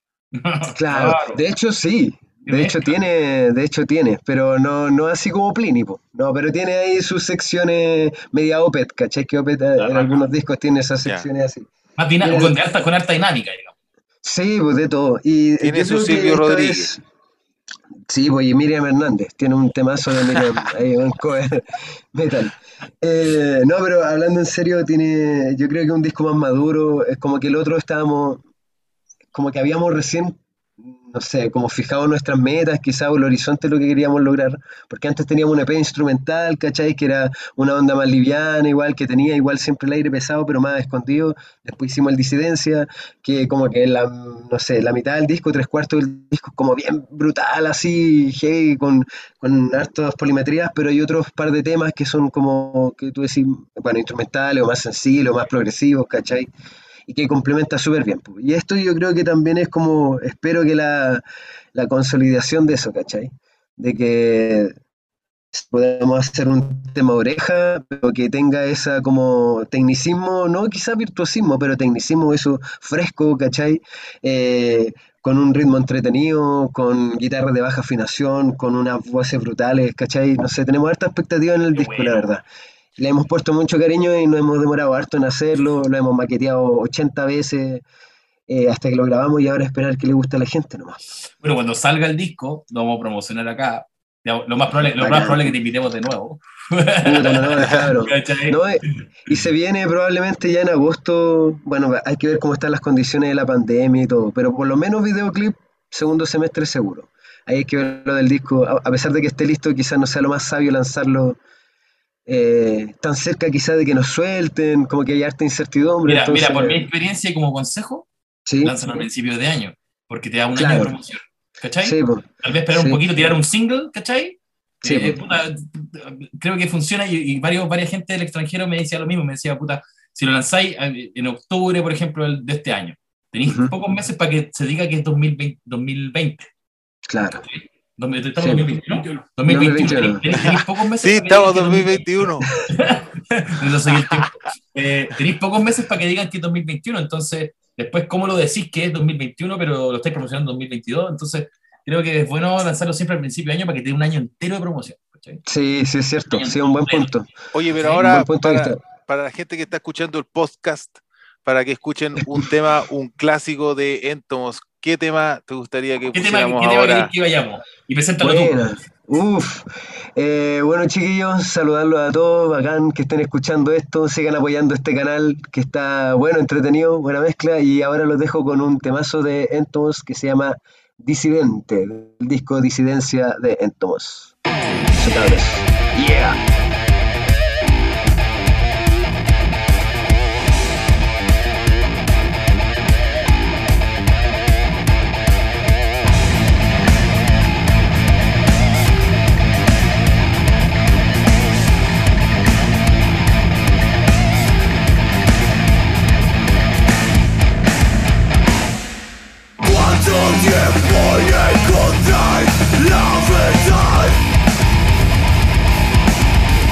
claro, Claro, de hecho sí, qué de hecho mezcla. tiene, de hecho tiene, pero no, no así como Plini, po. No, pero tiene ahí sus secciones media Opet, ¿cachai? Que Opet eh, La en raja. algunos discos tiene esas Ya. secciones así. Más dina- Tiene, con, de alta, con alta dinámica, digamos. sí, pues de todo. Y eh, Tiene yo su creo que Silvio esta Rodríguez. vez, sí, pues y Miriam Hernández, tiene un temazo de Miriam, ahí un cover metal. Eh, no, pero hablando en serio, tiene, yo creo que un disco más maduro, es como que el otro estábamos, como que habíamos recién, no sé, como fijado nuestras metas, quizás o el horizonte de lo que queríamos lograr, porque antes teníamos un E P instrumental, ¿cachai? Que era una onda más liviana, igual, que tenía igual siempre el aire pesado, pero más escondido. Después hicimos el Disidencia, que como que la, no sé, la mitad del disco, tres cuartos del disco, como bien brutal, así, heavy, con, con hartas polimetrías, pero hay otros par de temas que son como, que tú decís, bueno, instrumentales o más sencillos, más progresivos, ¿cachai? Y que complementa súper bien, po. Y esto yo creo que también es como, espero que la, la consolidación de eso, ¿cachai? De que podamos hacer un tema oreja, pero que tenga esa como tecnicismo, no quizá virtuosismo, pero tecnicismo, eso fresco, ¿cachai? Eh, con un ritmo entretenido, con guitarras de baja afinación, con unas voces brutales, ¿cachai? No sé, tenemos harta expectativa en el Qué disco, la bueno, verdad. Le hemos puesto mucho cariño y nos hemos demorado harto en hacerlo, lo hemos maqueteado ochenta veces eh, hasta que lo grabamos y ahora esperar que le guste a la gente nomás. bueno, cuando salga el disco, lo vamos a promocionar acá. Ya, Lo más probable, lo más Bacán. probable es que te invitemos de nuevo. Puta, en honor, cabrón. ¿Cachai? No, eh, y se viene probablemente ya en agosto. Bueno, hay que ver cómo están las condiciones de la pandemia y todo, pero por lo menos videoclip, segundo semestre seguro. Ahí hay que ver lo del disco. A, a pesar de que esté listo, quizás no sea lo más sabio lanzarlo eh, tan cerca, quizás de que nos suelten, como que hay harta incertidumbre. Mira, mira, Entonces, por mi experiencia y como consejo, sí, lánzalo a principios de año, porque te da un año de claro. promoción. ¿Cachai? Sí, pues, Tal vez esperar un sí, poquito, tirar un single, ¿cachai? sí, Eh, pues. puta, creo que funciona y, y varios, varias gente del extranjero me decía lo mismo, me decía, puta, si lo lanzáis eh, en octubre, por ejemplo, el- de este año, tenéis Ujú, pocos meses para que se diga que es dos mil veinte, dos mil veinte. claro. Dos mil- Estamos Sí, en pues. dos mil veintiuno. dos mil dos mil veintiuno. Tenéis, veintiuno. tenéis- tenéis pocos meses Sí, para que digan estamos que en dos mil veinte. dos mil veintiuno. No soy el tiempo. Eh, tenéis pocos meses para que digan que es dos mil veintiuno, entonces, después, ¿cómo lo decís que es dos mil veintiuno, pero lo estáis promocionando en dos mil veintidós? Entonces, creo que es bueno lanzarlo siempre al principio de año para que te dé un año entero de promoción. ¿Cachai? Sí, sí, es Un cierto. año Sí, un buen completo. punto. Oye, pero ¿Cachai? Un buen ahora punto de para, vista. para la gente que está escuchando el podcast, para que escuchen un tema, un clásico de Entomos, ¿qué tema te gustaría que ¿Qué tema, pusiéramos qué tema queréis ahora? que vayamos? Y preséntalo tú. Buena. Uf. Eh, bueno, chiquillos, saludarlos a todos. Bacán que estén escuchando esto. Sigan apoyando este canal que está bueno, entretenido, buena mezcla. Y ahora los dejo con un temazo de Entomos que se llama Disidente, el disco Disidencia de Entomos. Eso, cabros. Yeah. ¿Cuánto tiempo y encontrar la verdad?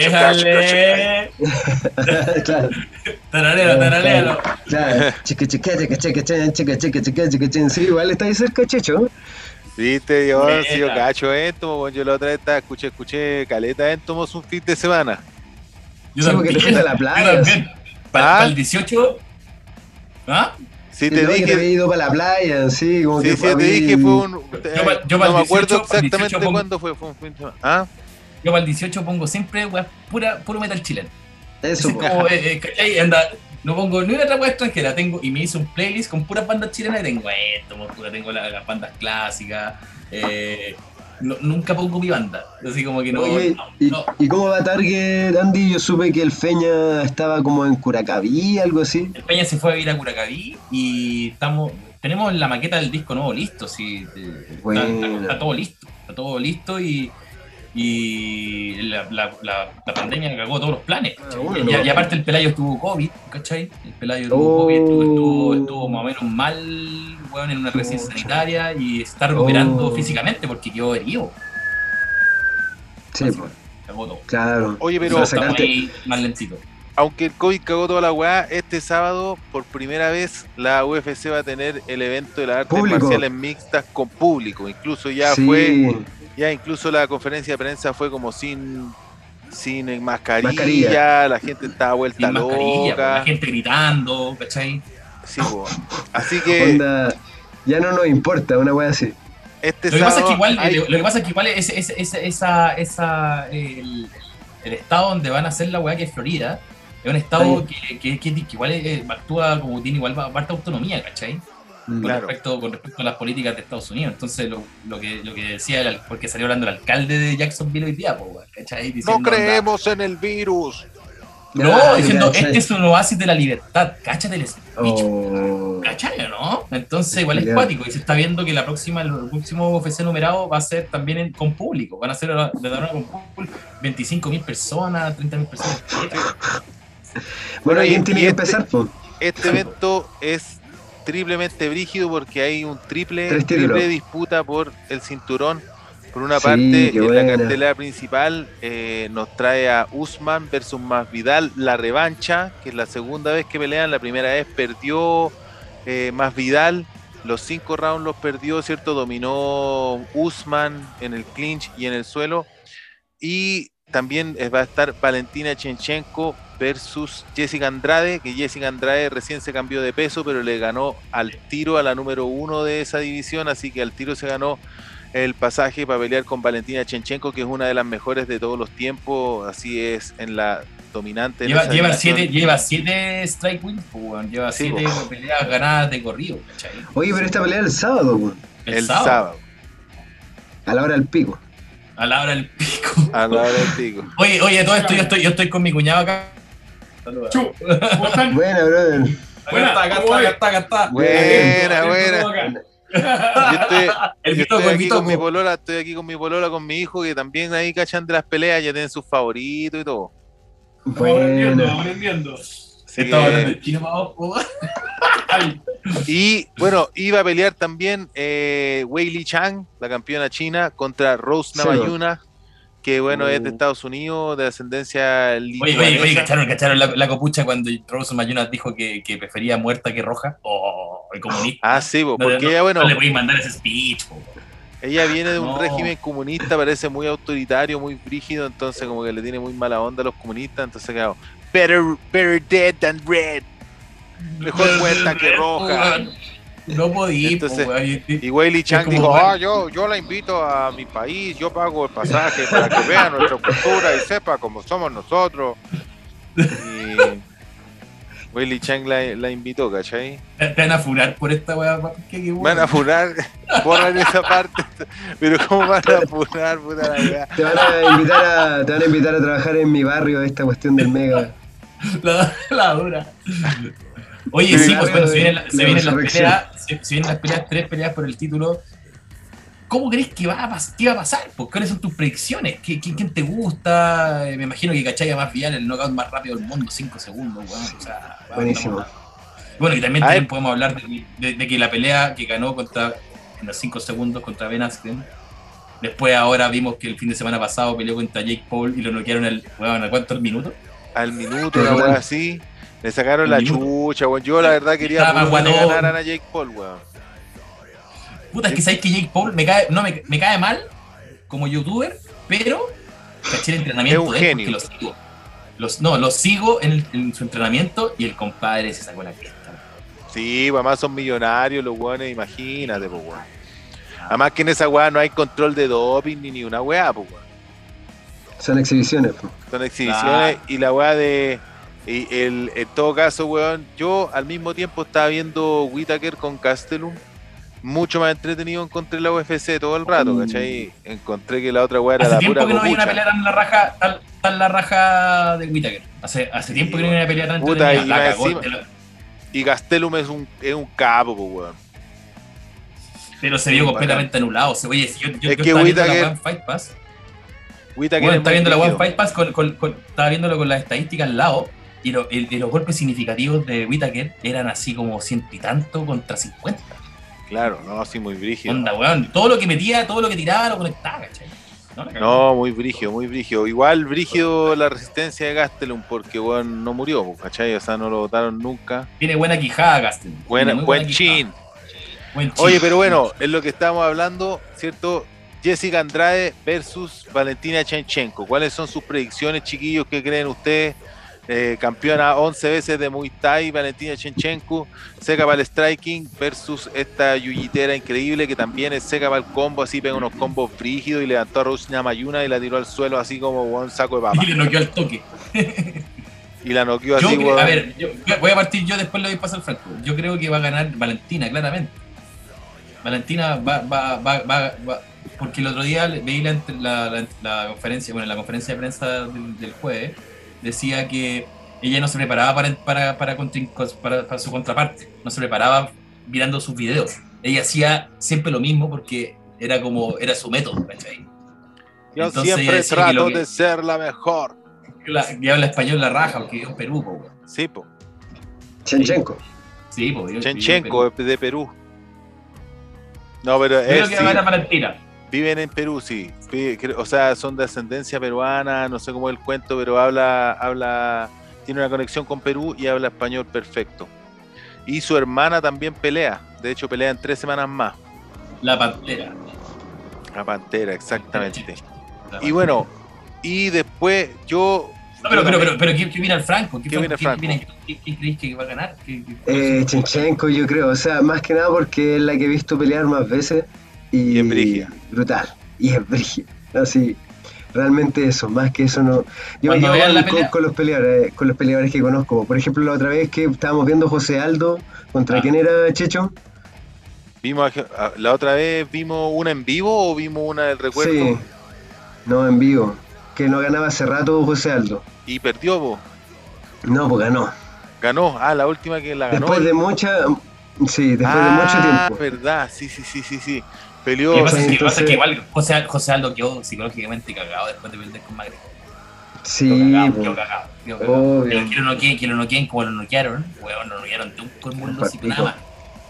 Déjale. Claro, Tararealo, tararealo. claro. Chique, chique, chique, chique, chique, chique, chique, chique, chique, chique. Sí, igual está ahí cerca, Checho. Viste, yo, Buena. si yo cacho esto, bueno, yo la otra vez estaba, escuché, escuché caleta en tomos un fin de semana. Yo Sí, porque te fuiste a la Yo playa. también. Para ¿Ah? el dieciocho. ¿Ah? Si Sí, te no, que te había dije, ido para la playa, sí, como sí, que sí, te había- dije fue un. Yo pa- yo no pa'l me acuerdo dieciocho, pa'l exactamente dieciocho pongo- cuándo fue, fue un fin de semana. ¿Ah? Yo para el dieciocho pongo siempre weá, pura, puro metal chileno. Eso, Es po. como, eh, eh, ¿cachai? Anda, no pongo ni una otra weá extranjera, tengo, y me hice un playlist con puras bandas chilenas y tengo esto, mo, puta, tengo la- las bandas clásicas, eh, no- nunca pongo mi banda, así como que no, Oye, no, ¿y, no. y cómo va Target, Andy? Yo supe que el Feña estaba como en Curacaví, algo así. El Peña se fue a vivir a Curacaví y estamos, tenemos la maqueta del disco nuevo listo, sí, eh, está, Buena. está- está todo listo, está todo listo y, y la, la, la, la pandemia cagó todos los planes. Ah, ¿cachai? bueno, y, no. y aparte el Pelayo estuvo COVID, ¿cachai? El Pelayo tuvo Oh. COVID, estuvo, estuvo, estuvo más o menos mal, weón, en una residencia Pucha. sanitaria y está recuperando Oh. físicamente porque quedó herido. Sí, Así, pues, cagó todo. claro. Oye, pero- O sea, Estamos sacaste, ahí más lentito. Aunque el COVID cagó toda la weá, este sábado, por primera vez, la U F C va a tener el evento de las artes Público. marciales mixtas con público. Incluso ya sí, fue, ya incluso la conferencia de prensa fue como sin, sin eh, mascarilla, Mascarilla. la gente estaba vuelta Sin mascarilla, po, la loca. gente gritando, ¿cachai? Sí, po. Así que onda, ya no nos importa, una wea así. este Lo que pasa es sábado que igual, hay- lo, lo que pasa es que igual es, es- es- esa, esa, el, el estado donde van a hacer la weá que es Florida, es un estado que, que, que- que igual eh, actúa como tiene igual parte autonomía, ¿cachai? Con, Claro. respecto, con respecto a las políticas de Estados Unidos. Entonces lo, lo que lo que decía, el, porque salió hablando el alcalde de Jacksonville hoy día, po, weón, ¿cachai? no Diciendo, creemos en el virus. No, Ah, diciendo, ¿cachai? este es un oasis de la libertad, cáchate el speech. Oh, ¿Cachai, no? Entonces igual es Ya. cuático y se está viendo que la próxima, el próximo U F C numerado va a ser también en- con público, van a ser de dar una con público, veinticinco mil personas, treinta mil personas. bueno, y- ¿quién tiene y que este- empezar? Pues? Este evento es triplemente brígido porque hay un triple, Tres triple títulos. disputa por el cinturón. Por una Sí, parte, qué en la buena. cartelera principal eh, nos trae a Usman versus Masvidal, la revancha, que es la segunda vez que pelean. La primera vez perdió eh, Masvidal, los cinco rounds los perdió, ¿cierto? Dominó Usman en el clinch y en el suelo. Y también eh, va a estar Valentina Shevchenko versus Jessica Andrade, que Jessica Andrade recién se cambió de peso, pero le ganó al tiro a la número uno de esa división, así que al tiro se ganó el pasaje para pelear con Valentina Shevchenko, que es una de las mejores de todos los tiempos, así es en la dominante. en Lleva, esa lleva, división. siete, lleva siete strike wins, pues, weón, lleva Sí, siete peleas ganadas de corrido, ¿cachai? Oye, pero esta pelea es el sábado, pues, El, el sábado, sábado, a la hora del pico. a la hora del pico. a la hora del pico. Oye, oye, todo esto yo estoy, yo estoy con mi cuñado acá. Chu, ¿cómo están? Buena, brother. Buena, acá está, ¿cómo acá voy? está, acá está. Buena, Atento, buena. todo acá. Yo estoy, El yo Vitoco, estoy el aquí con mi Vitoco. polola, estoy aquí con mi polola, con mi hijo, que también ahí cachan de las peleas, ya tienen sus favoritos y todo. Estamos aprendiendo, Buena. aprendiendo. Así Estaba que- hablando de chino para vos, po. Ay, Y bueno, iba a pelear también eh, Wei Li Chang, la campeona china, contra Rose Sí, Namajunas, que bueno, es de Uh. Estados Unidos, de ascendencia Oye, lituanesa. oye, oye, ¿cacharon, cacharon la, la copucha cuando Rosen Mayunas dijo que, que prefería muerta que roja? Oh, el comunista. Ah, sí, po, No, porque no, ella, bueno, no le podéis mandar ese speech, po. ella viene de un No. régimen comunista, parece muy autoritario, muy brígido, entonces como que le tiene muy mala onda a los comunistas, entonces claro, better, better dead than red, mejor muerta que roja. No podí, Entonces, po, weón. Y Wei Li Chang como, dijo, bueno. ah, yo, yo la invito a mi país, yo pago el pasaje para que vea nuestra cultura y sepa cómo somos nosotros. Y Wei Li Chang la, la invitó, ¿cachai? Te van a furar por esta weá. ¿Qué, qué, Van a apurar, borran esa parte, pero ¿cómo van a apurar, puta la weá? Te van a invitar a, te van a invitar a trabajar en mi barrio esta cuestión del mega. La, la dura. Oye, Sí, sí, la pues wea bueno, se de vienen, la- se la vienen las resurrección. peleas, se, se vienen las peleas, tres peleas por el título. ¿Cómo crees que va a, pas- qué va a pasar? Pues, ¿cuáles son tus predicciones? ¿Qué, qué- quién te gusta? Eh, Me imagino que cachai a más Vidal, el knockout más rápido del mundo, cinco segundos, weón. O sea, va- Buenísimo. Bueno, y también, Ay. también podemos hablar de, de- de que la pelea que ganó contra en los cinco segundos contra Ben Askren Después ahora vimos que el fin de semana pasado peleó contra Jake Paul y lo noquearon el, bueno, ¿a cuántos minutos? Al minuto, una weá así. Le sacaron Un la minuto. chucha, weón. Yo la verdad quería Estaba puro que le guatón. ganaran a Jake Paul, weón. Puta, es que sabéis que Jake Paul me cae, no, me, me cae mal como youtuber, pero caché el entrenamiento Es un de él genio. porque lo sigo. Los, no, lo sigo en, el- en su entrenamiento y el compadre se sacó la cresta. Sí, mamá son millonarios los weones, imagínate, pues weón. Además que en esa weá no hay control de doping ni ni una weá, pues weón. Son exhibiciones. po. Son exhibiciones y la weá de. Y el, en todo caso, weón, yo al mismo tiempo estaba viendo Whittaker con Gastelum. Mucho más entretenido encontré la U F C todo el rato, Mm. ¿cachai? Encontré que la otra weá era Hace la tiempo pura que no veía una copucha. pelea tan la raja, tan, tan la raja de Whittaker. Hace, hace tiempo que no veía una pelea tan Puta, entretenida. y La más cagó, encima- te lo- Y Gastelum es un, es un capo, pues weón. pero se vio Bacán. completamente anulado. Se- Oye, si yo, yo, Es yo que estaba viendo la Whittaker- weá en Fight Pass. Whittaker Bueno, es está muy viendo la One brígido. Fight Pass, con, con- con- estaba viéndolo con las estadísticas al lado, y, lo- y- y los golpes significativos de Whittaker eran así como ciento y tanto contra cincuenta. Claro, no, sí, muy brígido. Onda, weón. Todo lo que metía, todo lo que tiraba, lo conectaba, ¿cachai? No, la cagó. No, muy brígido, muy brígido. Igual brígido la resistencia de Gastelum porque weón no murió, pues, ¿cachai? O sea, no lo botaron nunca. Tiene buena quijada, Gaston. Buena, Tiene muy buen buena quijada. chin. Buen chin. Oye, pero bueno, es lo que estábamos hablando, ¿cierto? Jessica Andrade versus Valentina Shevchenko. ¿Cuáles son sus predicciones, chiquillos? ¿Qué creen ustedes? Eh, campeona once veces de Muay Thai, Valentina Shevchenko, seca para el striking versus esta yuyitera increíble que también es seca para el combo, así pega unos combos frígidos y levantó a Rose Namajunas y la tiró al suelo así como un saco de papa. Y le noqueó al toque. Y la noqueó Yo así, cre- weón. a ver, yo, voy a partir yo, después le doy paso al Franco. Yo creo que va a ganar Valentina, claramente. Valentina va, va, va, va, va- porque el otro día le- veí la, la, la- la conferencia, bueno, la conferencia de prensa del, del jueves, decía que ella no se preparaba para, para, para, contrin- para, para su contraparte, no se preparaba mirando sus videos. Ella hacía siempre lo mismo porque era como, era su método, ¿cachai? Yo Entonces ella siempre decía que trato lo que- de ser la mejor. La, y habla español la raja, porque vive en Perú, po, weón. Sí, po. Shevchenko. Sí, po, vive- vive en Shevchenko Perú. es de Perú. No, pero Yo creo es, que sí, va a ganar Valentina. viven en Perú, sí. Vi- cre- O sea, son de ascendencia peruana, no sé cómo es el cuento, pero habla, habla, tiene una conexión con Perú y habla español perfecto. Y su hermana también pelea. De hecho, pelea en tres semanas más. La Pantera. La Pantera, exactamente. La Y Pantera. bueno, y después yo. No, pero, yo pero, también- pero, pero, ¿qué, qué viene al Franco? ¿Qué, ¿Qué viene Franco? ¿Qué, Franco? qué, qué, qué creéis que va a ganar? ¿Qué, qué- Eh, Shevchenko, yo creo. O sea, más que nada porque es la que he visto pelear más veces. Y, Y es brígida. Brutal. Y es brígida. Así. Realmente eso, más que eso no. Yo me Cuando quedo vean con, la con- pelea- con los peleadores, con los peleadores que conozco. Por ejemplo, la otra vez que estábamos viendo José Aldo, ¿contra Ah. quién era Checho? Vimos a- a- la otra vez vimos una en vivo o vimos una del recuerdo Sí. No, en vivo. Que no ganaba hace rato José Aldo. y perdió, po. No, pues ganó. Ganó. Ah, la última que la ganó. Después de mucha. Sí, después ah, de mucho tiempo. verdad, sí, sí, sí, sí, sí. Lo Peleó. que pasa, es que, entonces- pasa es que igual José, José Aldo quedó psicológicamente cagado después de perder con Magre. Sí, Quedó cagado, pues. quedó cagado, quedó cagado. Obvio. Pero que lo noqueen, que lo noqueen como lo noquearon, weón, lo noquearon de un colmundo así, nada más.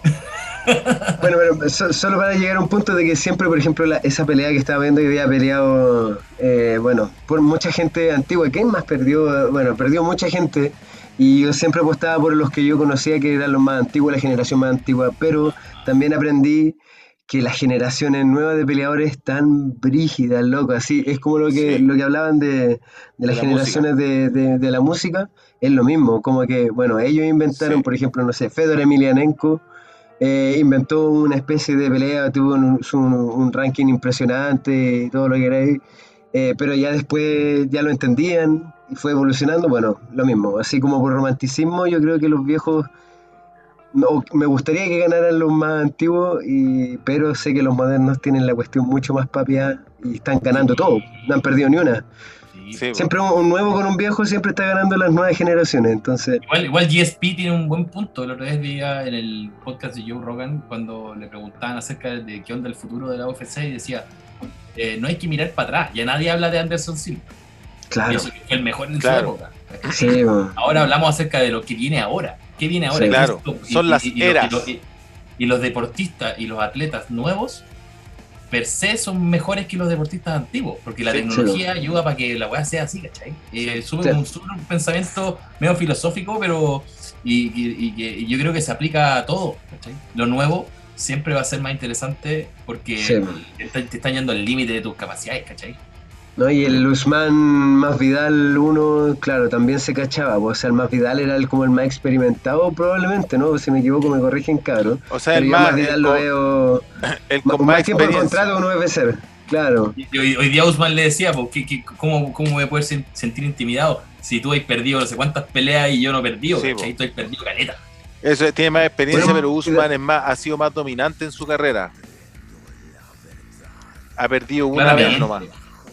Bueno, pero so- solo para llegar a un punto de que siempre, por ejemplo, la- esa pelea que estaba viendo, que había peleado, eh, bueno, por mucha gente antigua. ¿Quién más perdió? Bueno, perdió mucha gente y yo siempre apostaba por los que yo conocía que eran los más antiguos, la generación más antigua, pero también aprendí que las generaciones nuevas de peleadores están brígidas, loco, así, es como lo que, Sí. lo que hablaban de, de las la generaciones de, de- de la música, es lo mismo, como que, bueno, ellos inventaron, Sí. por ejemplo, no sé, Fedor Emelianenko, eh, inventó una especie de pelea, tuvo un, su- un ranking impresionante y todo lo que queráis, eh, pero ya después ya lo entendían y fue evolucionando, bueno, lo mismo, así como por romanticismo, yo creo que los viejos, no, me gustaría que ganaran los más antiguos, y, pero sé que los modernos tienen la cuestión mucho más papiada y están ganando todo, no han perdido ni una. Sí. Sí, po. Siempre un, un nuevo con un viejo siempre está ganando las nuevas generaciones, entonces, Igual, igual G S P tiene un buen punto. La otra vez veía en el podcast de Joe Rogan cuando le preguntaban acerca de qué onda el futuro de la U F C y decía, eh, no hay que mirar para atrás, ya nadie habla de Anderson Silva. Y claro, eso que fue el mejor en Claro. su época. sí, bueno, Ahora hablamos acerca de lo que viene ahora. ¿Qué viene ahora? Sí, Y claro. esto- Son las los- eras. Y los, y los deportistas y los atletas nuevos per se son mejores que los deportistas antiguos, porque la Sí, tecnología ayuda para que la weá sea así, ¿cachai? Eh, sube Sí. un, sube un pensamiento medio filosófico, pero y, y- y que y yo creo que se aplica a todo, ¿cachai? Lo nuevo siempre va a ser más interesante porque Sí. te, está- te están yendo al límite de tus capacidades, ¿cachai? ¿No? Y el Usman más Vidal uno, claro, también se cachaba, pues, o sea, el más Vidal era el, como el más experimentado probablemente, ¿no? Si me equivoco me corrigen, cabrón. O sea, Pero el yo a más, más Vidal el lo con, veo el más, con más más tiempo de experiencia. contrato uno debe ser, claro. Y hoy, hoy día Usman le decía, pues, ¿qué- qué- cómo, ¿cómo me voy a poder sen- sentir intimidado si tú has perdido no sé cuántas peleas y yo no he perdido, Sí, ¿cachai? po. Tú has perdido caleta. Eso tiene más experiencia, Bueno, pero Usman es más, ha sido más dominante en su carrera. Ha perdido una Claramente. vez nomás.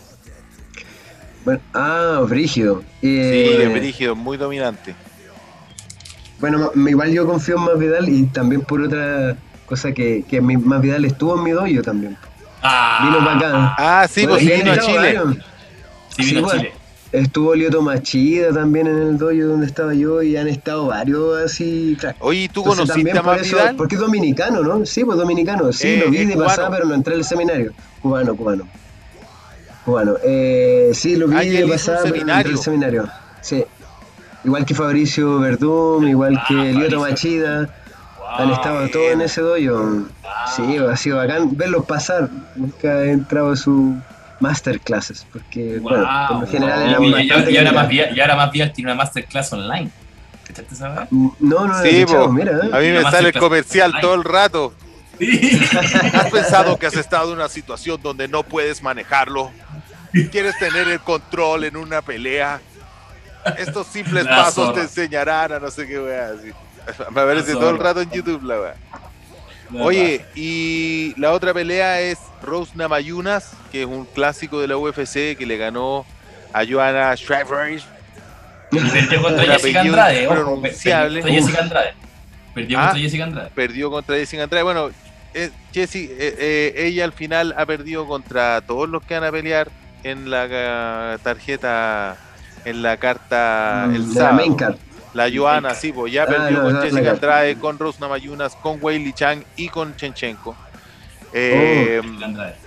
Bueno, ah, brígido. Sí, Eh, es brígido, muy dominante. Bueno, ma- igual yo confío en más Vidal y también por otra cosa que, que mi, más Vidal estuvo en mi dojo también. Ah, Vino para acá. Ah, sí, Bueno, pues y sí han vino a estado Chile. varios. sí vino Sí, a pues, Chile. Estuvo Lioto Machida también en el dojo donde estaba yo y han estado varios así. Claro. Oye, ¿y tú Entonces, conociste también a por Más eso, Vidal? porque es dominicano, ¿no? Sí, pues dominicano. Sí, Eh, lo vi es de cubano. pasada, pero no entré al seminario. Cubano, cubano. Cubano. Eh, sí, lo vi Ah, y de él hizo un pasada, pero no entré al seminario. seminario. Sí. Igual que Fabricio Verdum, igual que Ah, Lioto Fabricio. Machida. Han Wow. estado todos en ese dojo. Sí, ha sido bacán verlos pasar. Nunca he entrado a sus masterclasses, porque, bueno, por lo general wow. eran y, y- bastante y ahora más calidad. Vidal, y ahora más Vidal tiene una masterclass online. ¿Cachaste esa weá? No, no lo he Sí, escuchado, po. mira. ¿eh? A mí me La sale el masterclass comercial online. todo el rato. Sí. ¿Has pensado que has estado en una situación donde no puedes manejarlo? ¿Quieres tener el control en una pelea? Estos simples La pasos zorra. te enseñarán a no sé qué wea. Así. Me aparece La todo el zorra. rato en YouTube la wea. Oye, y la otra pelea es Rose Namajunas, que es un clásico de la U F C que le ganó a Joanna Shriver. Y perdió contra Un Jessica apellido Andrade, ojo, impronunciable. perdió contra Jessica Andrade. Perdió Ah. contra Jessica Andrade. Perdió contra Jessica Andrade. Bueno, eh, Jessie, eh, eh, ella al final ha perdido contra todos los que van a pelear en la eh, tarjeta, en la carta el Mm, de la sábado. main card. La Joana, sí, pues ya Ah, perdió no, con esa es la Jessica carta. Andrade, con Rose Namajunas, con Weili Chang y con Chenchenko. Eh, Jessica Andrade.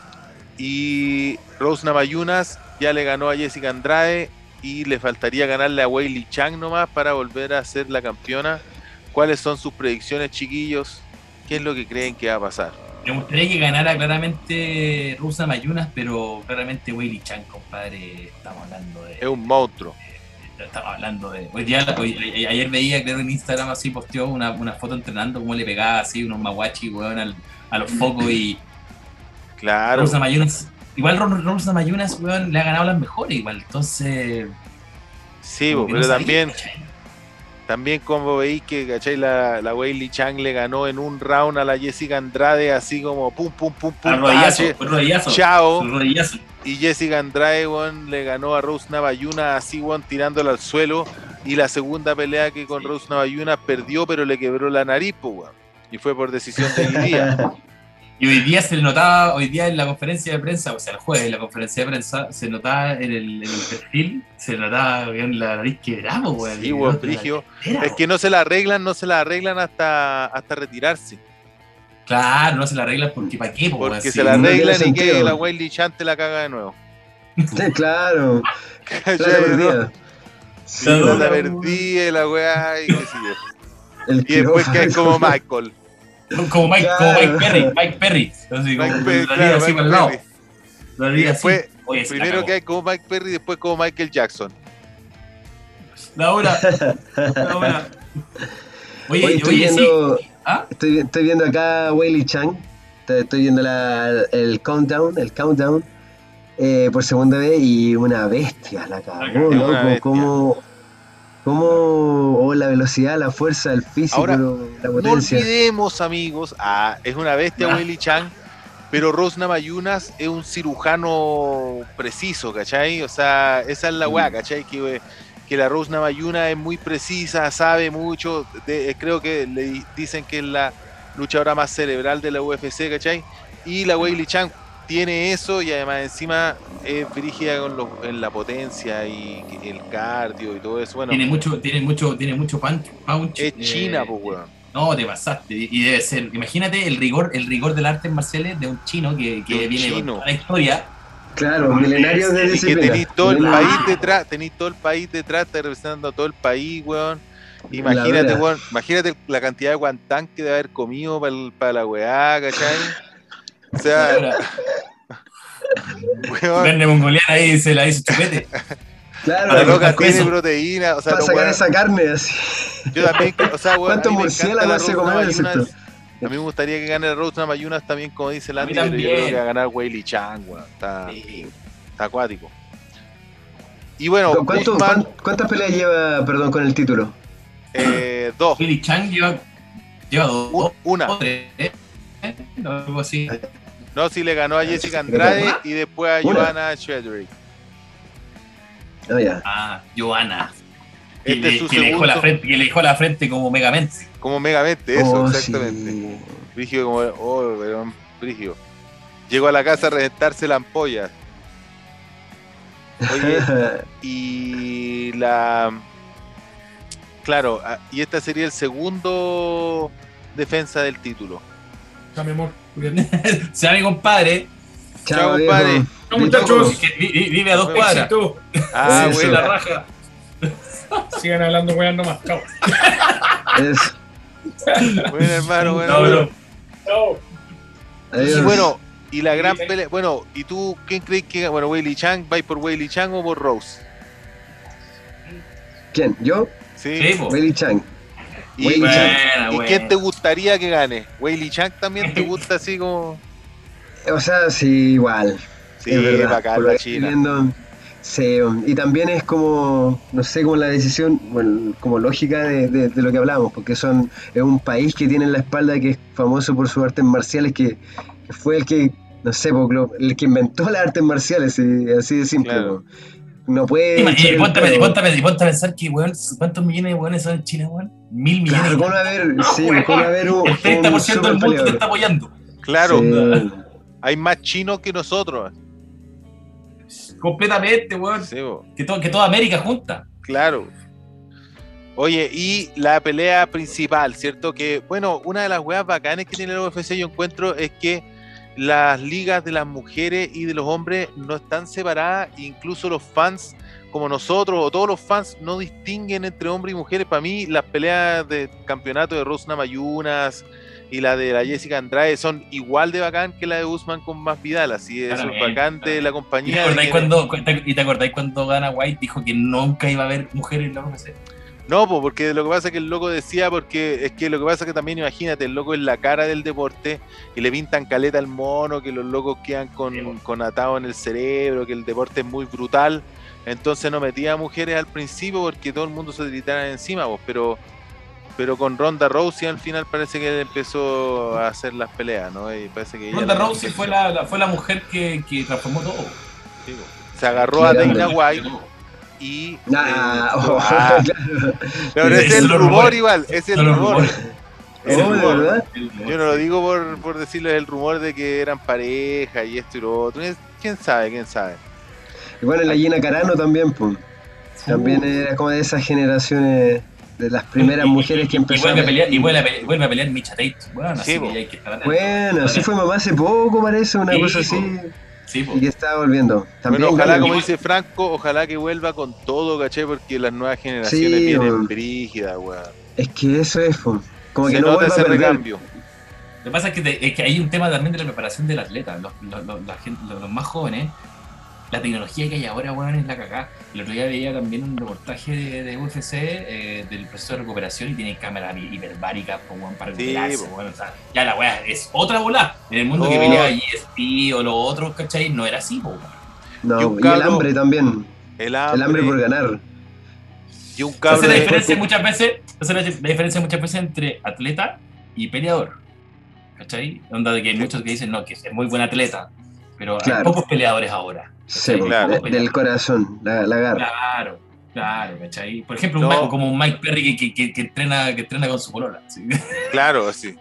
y Rose Namajunas ya le ganó a Jessica Andrade y le faltaría ganarle a Weili Chang nomás para volver a ser la campeona. ¿Cuáles son sus predicciones, chiquillos? ¿Qué es lo que creen que va a pasar? Me gustaría que ganara claramente Rusa Mayunas, pero claramente Weili Chan, compadre, estamos hablando de... Es un monstruo. Estamos hablando de... Hoy día, hoy- ayer veía, creo en Instagram así, posteó una, una foto entrenando, cómo le pegaba así unos maguachi, weón, al- a los focos y... Claro. Rosa Mayunas... Igual Ro- Rosa Mayunas, weón, le ha ganado las mejores igual, entonces... Sí, como bo, que pero no sabía, también, ¿cachai? también como veis que, ¿cachai? La, la Weili Chang le ganó en un round a la Jessica Andrade, así como pum, pum, pum, pum, Al rodillazo, pache, fue rodillazo. chao. fue rodillazo. Y Jessica Andrade, weón, le ganó a Rose Namajunas así, weón, tirándola al suelo. Y la segunda pelea que con Rose Namajunas perdió, pero le quebró la nariz, pues, weón. Y fue por decisión de hoy día. Y hoy día se le notaba, hoy día en la conferencia de prensa, o sea, el jueves en la conferencia de prensa, se notaba en el, en el perfil, se le notaba bien la nariz quebrada, weón. Sí, Y weón, la- brigio. era, Es que no se la arreglan, no se la arreglan hasta, hasta retirarse. Claro, no se la arreglan porque ¿para qué, po, weón? Porque Si se la no tiene arreglan y que sentido. la Weili Chang te la caga de nuevo. Sí, claro. ¿Cachai, Plata no? perdida. Sí, Claro. plata perdida y la weá y qué sé yo. El Y después que hay quirófano. como Michael. Como Mike, Claro. como Mike Perry, Mike Perry. Así, como Mike Perry, la claro, liga así Mike para el lado. Perry. La Y liga así. después, Oye, se la primero cagó. que hay como Mike Perry y después como Michael Jackson. La hora. La hora. Oye, Oye, oye, estoy sí. viendo, ¿Ah? estoy, estoy viendo acá a Weili Chang. Estoy, estoy viendo la, el countdown, el countdown eh, por segunda vez y una bestia la cagó, Es una loco. bestia. Como, como oh, la velocidad, la fuerza, el físico, Ahora, lo- la No potencia. olvidemos, amigos, ah, es una bestia Ah. Weili Chang, pero Rose Namajunas es un cirujano preciso, ¿cachai? O sea, esa es la weá, Mm. ¿cachai? Que, que la Rose Namajunas es muy precisa, sabe mucho, de- creo que le di- dicen que es la luchadora más cerebral de la U F C, ¿cachai? Y la Weili Chang tiene eso y además encima es brígida con los- en la potencia y el cardio y todo eso. Bueno, Tiene mucho, tiene mucho, tiene mucho punch. punch es eh, China, pues, weón. No, te pasaste. Y y debe ser, imagínate el rigor, el rigor de las artes marciales de un chino que, que De un viene chino. con toda la historia. Claro, milenarios de Y que disciplina. tenéis todo el Milenarios. país detrás, tenéis todo el país detrás, estáis representando a todo el país, weón. La Imagínate, dura. weón, imagínate la cantidad de guantán que debe haber comido para la weá, ¿cachai? O sea, Ahora, weón, carne mongoliana ahí se la hizo chupete. Claro, la Para loca cortar tiene peso. proteína, o sea, para los sacar weón- esa carne así. yo también, o sea, weón, a ¿Cuántos mí me encanta la murciélagos se Rose comen ese Namajunas. A mí me gustaría que gane la Rose Namajunas también, como dice A mí Landy, pero yo creo también. que va a ganar Weili Chang, weón. Está, Sí. está acuático. Y bueno, ¿Cu- cuánto- Usman, cuán- ¿Cuántas peleas lleva, perdón, con el título? eh, dos, Willy Chang lleva, lleva dos, un- una. dos, tres, ¿eh? No, algo así. No, sí le ganó a Jessica Andrade y después a Una. Joanna Shedrick. Ah, ya. Ah, Johanna. Que, Este es le, su que le dejó la segundo, frente, que le dejó la frente como Megamente. como megamente, eso, Oh, exactamente. sí. Brígido como, oh, weón, brígido. Llegó a la casa a reventarse la ampolla. Oye, y la... Claro, ah, y este sería el segundo defensa del título. Ya, mi amor. Se va mi compadre, Chao, viejo. compadre. No, muchachos. que vi- vi- vive a dos cuadras. Éxito. Ah, Eso. Güey, la bueno. raja. Sigan hablando weón nomás. Chao. Eso. Bueno, hermano, bueno. No, bueno. bro. Chao. Adiós. Y bueno, y la gran Sí, sí. pelea. Bueno, ¿y tú quién crees que bueno, Weili Chang? ¿Vais por Weili Chang o por Rose? ¿Quién? ¿Yo? Sí. Sí, po. Willy Chang. ¿Y, Weili y- Chang. Buena, y buena. quién te gustaría que gane? ¿Weili Chang también te gusta así como? O sea, sí, igual. Sí, es verdad. bacán Por lo la que estoy China. viendo, sí, y también es como, no sé, como la decisión, bueno, como lógica de, de- de lo que hablamos, porque son es un país que tiene en la espalda que es famoso por sus artes marciales, que, que fue el que, no sé, po, lo- el que inventó las artes marciales, y así de simple. Claro. po. No puede... Y, ma- echar y el ponte, a- pelo. y ponte, a- y ponte a pensar que, weón, ¿cuántos millones de weones son en China, weón? Mil millones. Claro, y ¿cómo no va a haber, sí, ¿cómo no va a haber un, El treinta por ciento del un mundo te superpeleador? está apoyando. Claro, Sí. hay más chinos que nosotros. Completamente, weón. Sí, po, Que, to- que toda América junta. claro. Oye, y la pelea principal, ¿cierto? Que, bueno, una de las weas bacanas que tiene el U F C yo encuentro es que las ligas de las mujeres y de los hombres no están separadas, incluso los fans como nosotros o todos los fans no distinguen entre hombres y mujeres. Para mí las peleas de campeonato de Rose Namajunas y la de la Jessica Andrade son igual de bacán que la de Usman con más Vidal, así eso es Claramente, bacán de la ¿Y te compañía. de acordáis que- cuando, cu- te- y te acordáis cuando Dana White dijo que nunca iba a haber mujeres en la U F C? No, pues porque lo que pasa es que el loco decía, porque es que lo que pasa es que también imagínate, el loco es la cara del deporte y le pintan caleta al mono, que los locos quedan con, Sí, po. con atado en el cerebro, que el deporte es muy brutal, entonces no metía a mujeres al principio porque todo el mundo se gritara encima, pues, pero pero con Ronda Rousey al final parece que él empezó a hacer las peleas, ¿no? Y parece que ella Ronda la- Rousey fue la, la- fue la mujer que, que transformó todo. Sí, pues. Se agarró a Qué Dana grande. White y Ah, eh, oh, ah, claro. pero Sí, ese es son el los rumor rumores. igual, es el Son los rumor. rumores. Es el Oh, ¿de rumor. verdad? Yo no lo digo por, por decirles el rumor de que eran pareja y esto y lo otro. Es- ¿Quién sabe? ¿Quién sabe? Y bueno, la Gina Carano también, pues. También era como de esas generaciones, de las primeras Y- y- mujeres que y- y empezaron. vuelve a pelear, y vuelve a pelear, vuelve a pelear Micha Tate. Bueno, Sí, así po. que ya hay que estar atento. Bueno, sí fue mamá hace poco, parece, una Sí, cosa po. así. Sí, po. Y que estaba volviendo. También, Bueno, ojalá, gana. como dice Franco, ojalá que vuelva con todo, ¿caché? Porque las nuevas generaciones Sí, vienen weón. brígidas, weón. Es que eso es, po. Como Se que no nota vuelva a ese perder. recambio. Lo que pasa es que, te- es que hay un tema también de la preparación del atleta. Los, los, los- la gente- los- los más jóvenes, la tecnología que hay ahora, weón, es la cagada. El otro día veía también un reportaje de, de U F C eh, del proceso de recuperación y tiene cámaras hi- hiperbáricas po, weón, para Sí, recuperarse, po. weón. O sea, ya la weá es otra bola. En el mundo que Oh. pelea G S P o los otros, ¿cachai? No era así, po, weón. No, Y y, un el cabro- hambre también. El hambre, El hambre por ganar. y un Esa cabro es la de- diferencia muchas veces, esa es la, la diferencia muchas veces entre atleta y peleador. ¿Cachai? Onda de que hay Sí. muchos que dicen, no, que es muy buen atleta, pero hay Claro. pocos peleadores ahora. Sí, ¿cachai? po, Claro. de- Pocos del corazón, la, la garra. Claro, claro, ¿cachai? Por ejemplo, No. un Mike- como un Mike Perry que, que, que, que entrena, que entrena con su polola. ¿sí? Claro, así.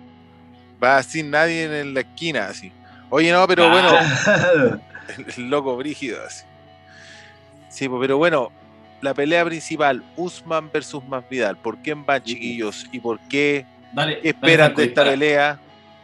Va sin nadie en la esquina, así. Oye, no, pero bueno, Claro. el, el loco brígido, así. Sí, pues, pero bueno, la pelea principal, Usman versus Masvidal. ¿Por quién van, chiquillos? ¿Y por qué Dale, ¿Qué dale, esperan Franco, de esta dispara. pelea?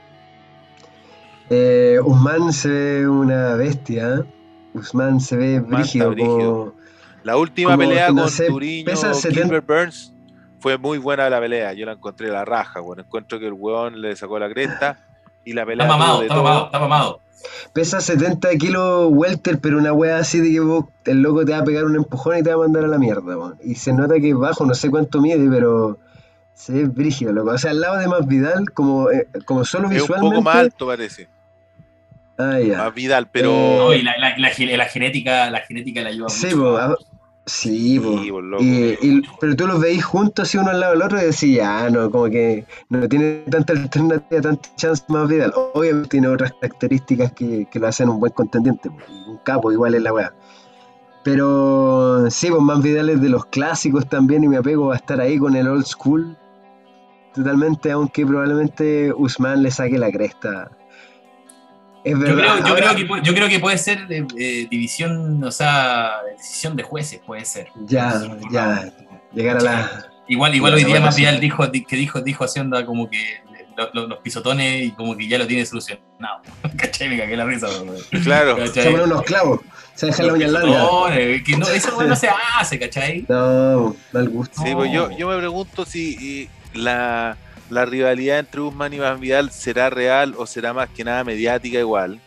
Eh, Usman se ve una bestia. ¿eh? Usman se ve Usman está brígido, brígido. como, La última como, pelea no con sé, Duriño, pesa setenta. Gilbert Burns, fue muy buena la pelea. Yo la encontré la raja, bueno, encuentro que el weón le sacó la cresta y la Está pelea tuvo mamado, de está mamado, todo. está mamado. Pesa setenta kilos welter, pero una wea así de que vos, el loco te va a pegar un empujón y te va a mandar a la mierda, weón. Y se nota que es bajo, no sé cuánto mide, pero se ve brígido, loco. O sea, al lado de Masvidal, como, eh, como solo Es un visualmente. poco más alto, parece. Ah, ya. Más Vidal, pero. No, Eh, y la, la, la, gen- la genética, la genética la ayuda sí, mucho. po, a- ah, sí, po. Sí, pues, loco. Y, y- pero tú los veis juntos así uno al lado del otro y decís, ya, no, como que no tiene tanta alternativa, tanta chance más Vidal. Obviamente tiene otras características que, que lo hacen un buen contendiente, po, y un capo igual es la weá. Pero sí, pues más Vidal es de los clásicos también y me apego a estar ahí con el old school totalmente, aunque probablemente Usman le saque la cresta. Es Yo verdad. creo, yo, Ahora, creo que, pu- yo creo que puede ser eh, eh, división, o sea, decisión de jueces, puede ser. ya, ya, llegar a la... Igual, igual Ya, hoy la día verdad más sí. Vidal dijo que dijo, dijo Hacienda como que lo- lo- los pisotones y como que ya lo tiene solucionado. ¿Cachai? Me cagué la risa, bro. Claro. Se ¿Cachai? ponen unos clavos, se dejan la Los uña larga. pisotones, que no, eso no se hace, ¿cachai? No, mal gusto. Sí, pues yo, yo me pregunto si eh, la, la rivalidad entre Usman y Masvidal será real o será más que nada mediática igual.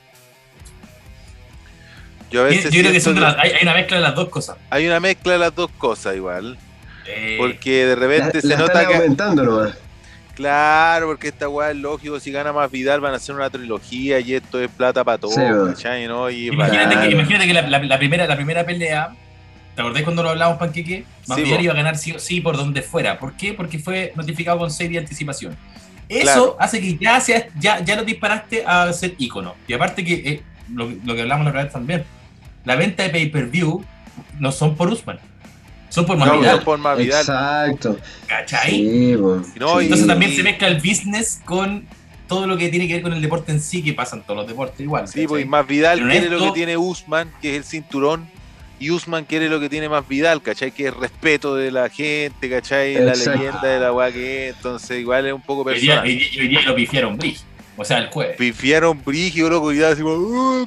Yo a Yo, veces yo creo que siento son de que las- hay, hay una mezcla de las dos cosas. hay una mezcla de las dos cosas igual. Eh, Porque de La, repente la se nota están que... aumentando nomás. Claro, porque esta weá es lógico, si gana más Vidal van a hacer una trilogía y esto es plata para todos, Sí, weón. ¿cachai? ¿No? Y es imagínate, bacán. que, Claro. imagínate que la, la- la primera, la primera pelea, ¿te acordás cuando lo hablamos, Panqueque? Masvidal po. iba a ganar sí o sí por donde fuera. ¿Por qué? Porque fue notificado con seis días de anticipación. Eso Claro. hace que ya, sea, ya, ya lo disparaste a ser ícono. Y aparte que, eh, lo, lo que hablamos la otra vez también, la venta de pay-per-view no son por Usman, son por No, Masvidal, no por más Vidal. Exacto. ¿cachai? Sí, po. No, Sí. Entonces también y- se mezcla el business con todo lo que tiene que ver con el deporte en sí, que pasan todos los deportes igual. Sí, ¿cachai? pues y más Vidal Pero en quiere lo esto- que tiene Usman, que es el cinturón, y Usman quiere lo que tiene más Vidal, ¿cachai? Que es respeto de la gente, ¿cachai? La Exacto. leyenda de la weá que es, entonces igual es un poco Hoy día, personal. hoy día- hoy día lo pifiaron brillo. O sea, el jueves. Pifiaron brígido, loco, y ya decimos, Usman,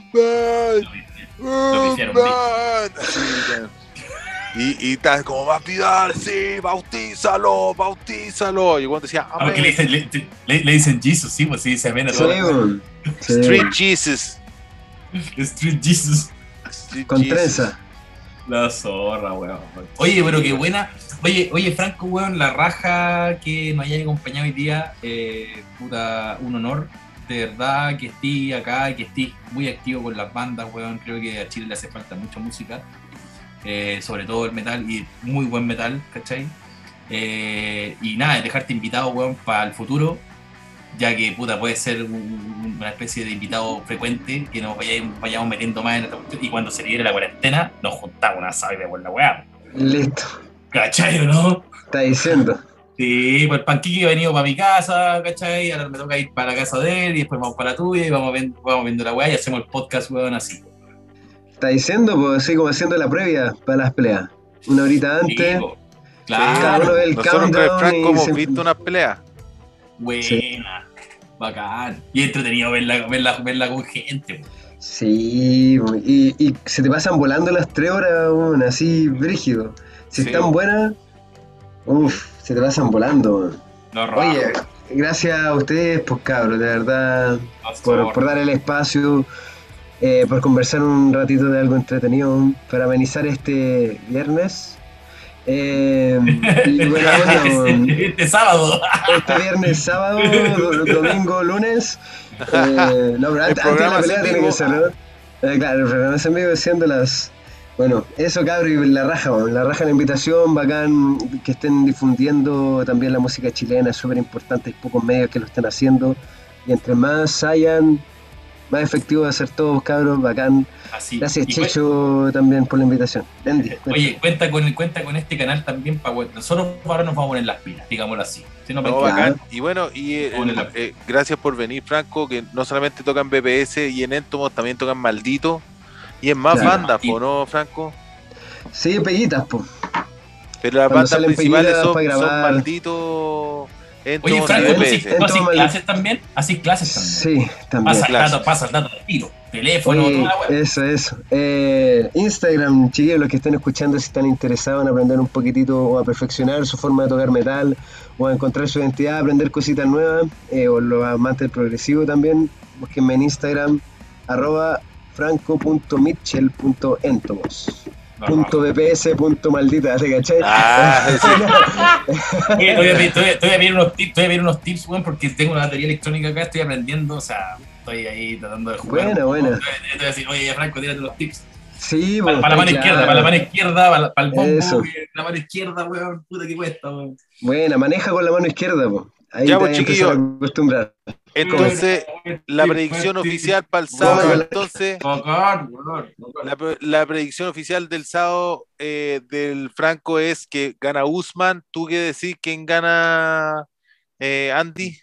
Lo pifiaron Usman. Así, ya. Y, y tal, como más Vidal, sí, bautízalo, bautízalo. Y cuando decía, Ah, porque le dicen, le, le- le dicen Jesus, sí, pues sí, dice amén a Sí, todo. po. Sí. Street Jesus. Street Jesus. Street Con Jesus. trenza. La zorra, weón. Oye, pero qué buena. Oye, oye, Franco, weón, la raja que nos haya acompañado hoy día, eh, puta, un honor. De verdad que estés acá, que estés muy activo con las bandas, weón. Creo que a Chile le hace falta mucha música. Eh, sobre todo el metal, y muy buen metal, ¿cachai? Eh, y nada, dejarte invitado, weón, para el futuro, ya que, puta, puede ser un- una especie de invitado frecuente, que nos vayamos, vayamos metiendo más en esta cuestión, y cuando se libere la cuarentena, nos juntamos una sábana por la weá, Listo. ¿cachai o no? Está diciendo. Sí, pues el Panquique ha venido para mi casa, ¿cachai? Ahora me toca ir para la casa de él, y después vamos para la tuya, y vamos viendo, vamos viendo la weá, y hacemos el podcast, weón, así. Está diciendo, pues así como haciendo la previa para las peleas. Una horita Sí, antes. po. Cada Claro, uno ve el Nosotros con el countdown Franco y hemos se- visto unas peleas. buena, bacán. Y entretenido verla, verla, verla con gente, po. Sí, po, y, y se te pasan volando las tres horas, weón, así brígido. Si Sí. están buenas, uff, se te pasan volando, weón. No robo. Oye, gracias a ustedes, pues cabros, de verdad, por, por dar el espacio, eh, por conversar un ratito de algo entretenido para amenizar este viernes. Eh, y bueno, bueno, este, este sábado. este viernes, sábado, do- domingo, lunes. Eh, no, pero antes, antes de programa la pelea es en tiene vivo. que ser, ¿no? Eh, claro, el programa es en vivo siendo las. Bueno, eso cabrón, y la raja, bueno, la raja la invitación, bacán que estén difundiendo también la música chilena, es súper importante, hay pocos medios que lo estén haciendo, y entre más hayan, más efectivo va a ser todo, cabros, bacán. Así. Gracias, Y Checho, también por la invitación. Andy, cuen- Oye, cuenta con, cuenta con este canal también para nosotros ahora nos vamos a poner las pilas, digámoslo así. Si no, No, Panqueque, bacán. Y bueno, y eh, Ponle la- eh, gracias por venir, Franco, que no solamente tocan B P S y en Entomos, también tocan Maldito. Y en más Claro. bandas, po, ¿no, Franco? Sí, peguitas, pues. Pero las Cuando bandas salen principales peguitas son, pa' son grabar. Maldito En Oye, Tomos Franco, ¿tú V así, P S. tú así Toma, clases también? ¿Así clases también? Sí, también. Pasa el Clases. dato, pasa el dato al tiro. Teléfono, Oye, toda la wea. eso, eso. Eh, Instagram, chiquillos, los que estén escuchando, si están interesados en aprender un poquitito o a perfeccionar su forma de tocar metal o a encontrar su identidad, aprender cositas nuevas, eh, o los amantes del progresivo también, búsquenme en Instagram, arroba franco.mitchell.entomos. Punto bps, punto maldita, ¿te cachai? Ah, sí. Oye, te voy a pedir, te voy a- te voy a pedir unos tips, te voy a pedir unos tips, weón, porque tengo una batería electrónica acá, estoy aprendiendo, o sea, estoy ahí tratando de jugar. Buena, buena. Te voy a decir, oye, Franco, tírate los tips. Sí, Para, pues, la mano claro. izquierda, para la mano izquierda, para, para el bombo, Eso. y la mano izquierda, weón, puta que cuesta, weón. Buena, maneja con la mano izquierda, pues. Ahí Ya, te pues, vas a empezar a chiquillo. acostumbrar. Entonces, la predicción oficial para el sábado, Bueno. entonces, Tocar, weón, tocar. la, pre- la predicción oficial del sábado eh, del Franco es que gana Usman. ¿Tú qué decís? ¿Quién gana, eh, Andy?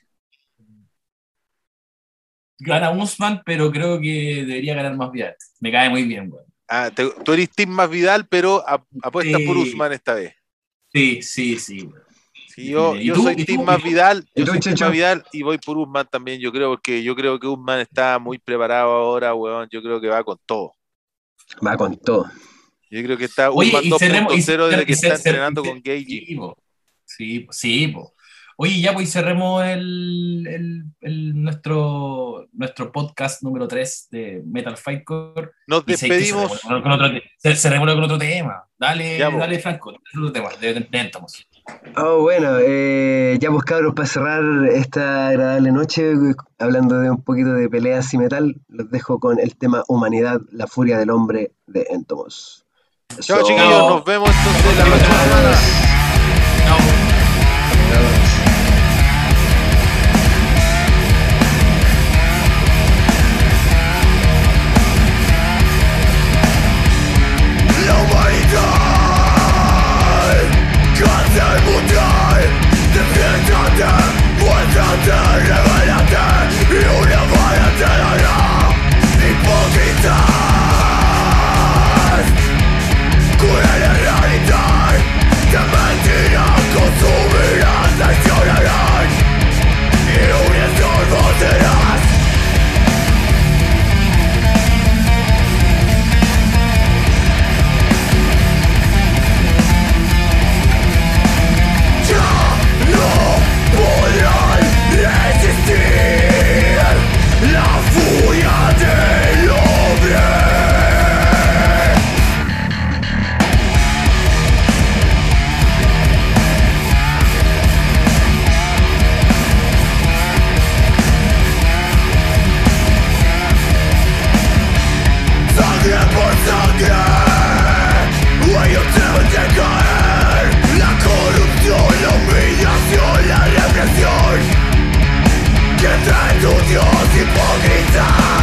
Gana Usman, pero creo que debería ganar más Vidal. Me cae muy bien, weón. Ah, te- tú eres Team más Vidal, pero a- apuestas Sí. por Usman esta vez. Sí, sí, sí, weón. Sí, yo, ¿Y yo tú? soy ¿Y Team tú? más ¿Y tú? Vidal, ¿Y yo tú, soy Team Checho? más Vidal y voy por Usman también. Yo creo porque yo creo que Usman está muy preparado ahora, weón. Yo creo que va con todo. Va con todo. Yo creo que está Oye, Usman y cerremos. y dos punto cero desde cer- que y está cer- cer- entrenando y cer- con Gagey. Sí, po. Sí, po, sí, po. Oye, ya pues y cerremos el, el, el- nuestro, nuestro podcast número tres de Metal Fight Core. Nos Y sé que despedimos. cerrémoslo con otro, te- cer- cerrémoslo con otro tema. Dale, Ya, po. dale, Franco, otro tema, de, de, de Entomos. Oh, bueno, eh, ya pues cabros, para cerrar esta agradable noche, hablando de un poquito de peleas y metal, los dejo con el tema Humanidad, la furia del hombre de Entomos. Chao, Eso. chiquillos. Nos vemos entonces la próxima semana. Chao. La humanidad, cáncer mundial, despiértate, muéstrate, revélate, y una vara te dará. Hipócritas, cura la realidad, te mentirán, consumirán, traicionarán, y un estorbo serás. No podrán resistir la furia del hombre. Sangre por sangre, ellos deben de caer. La corrupción, la humillación, la represión que trae tu Dios hipócrita.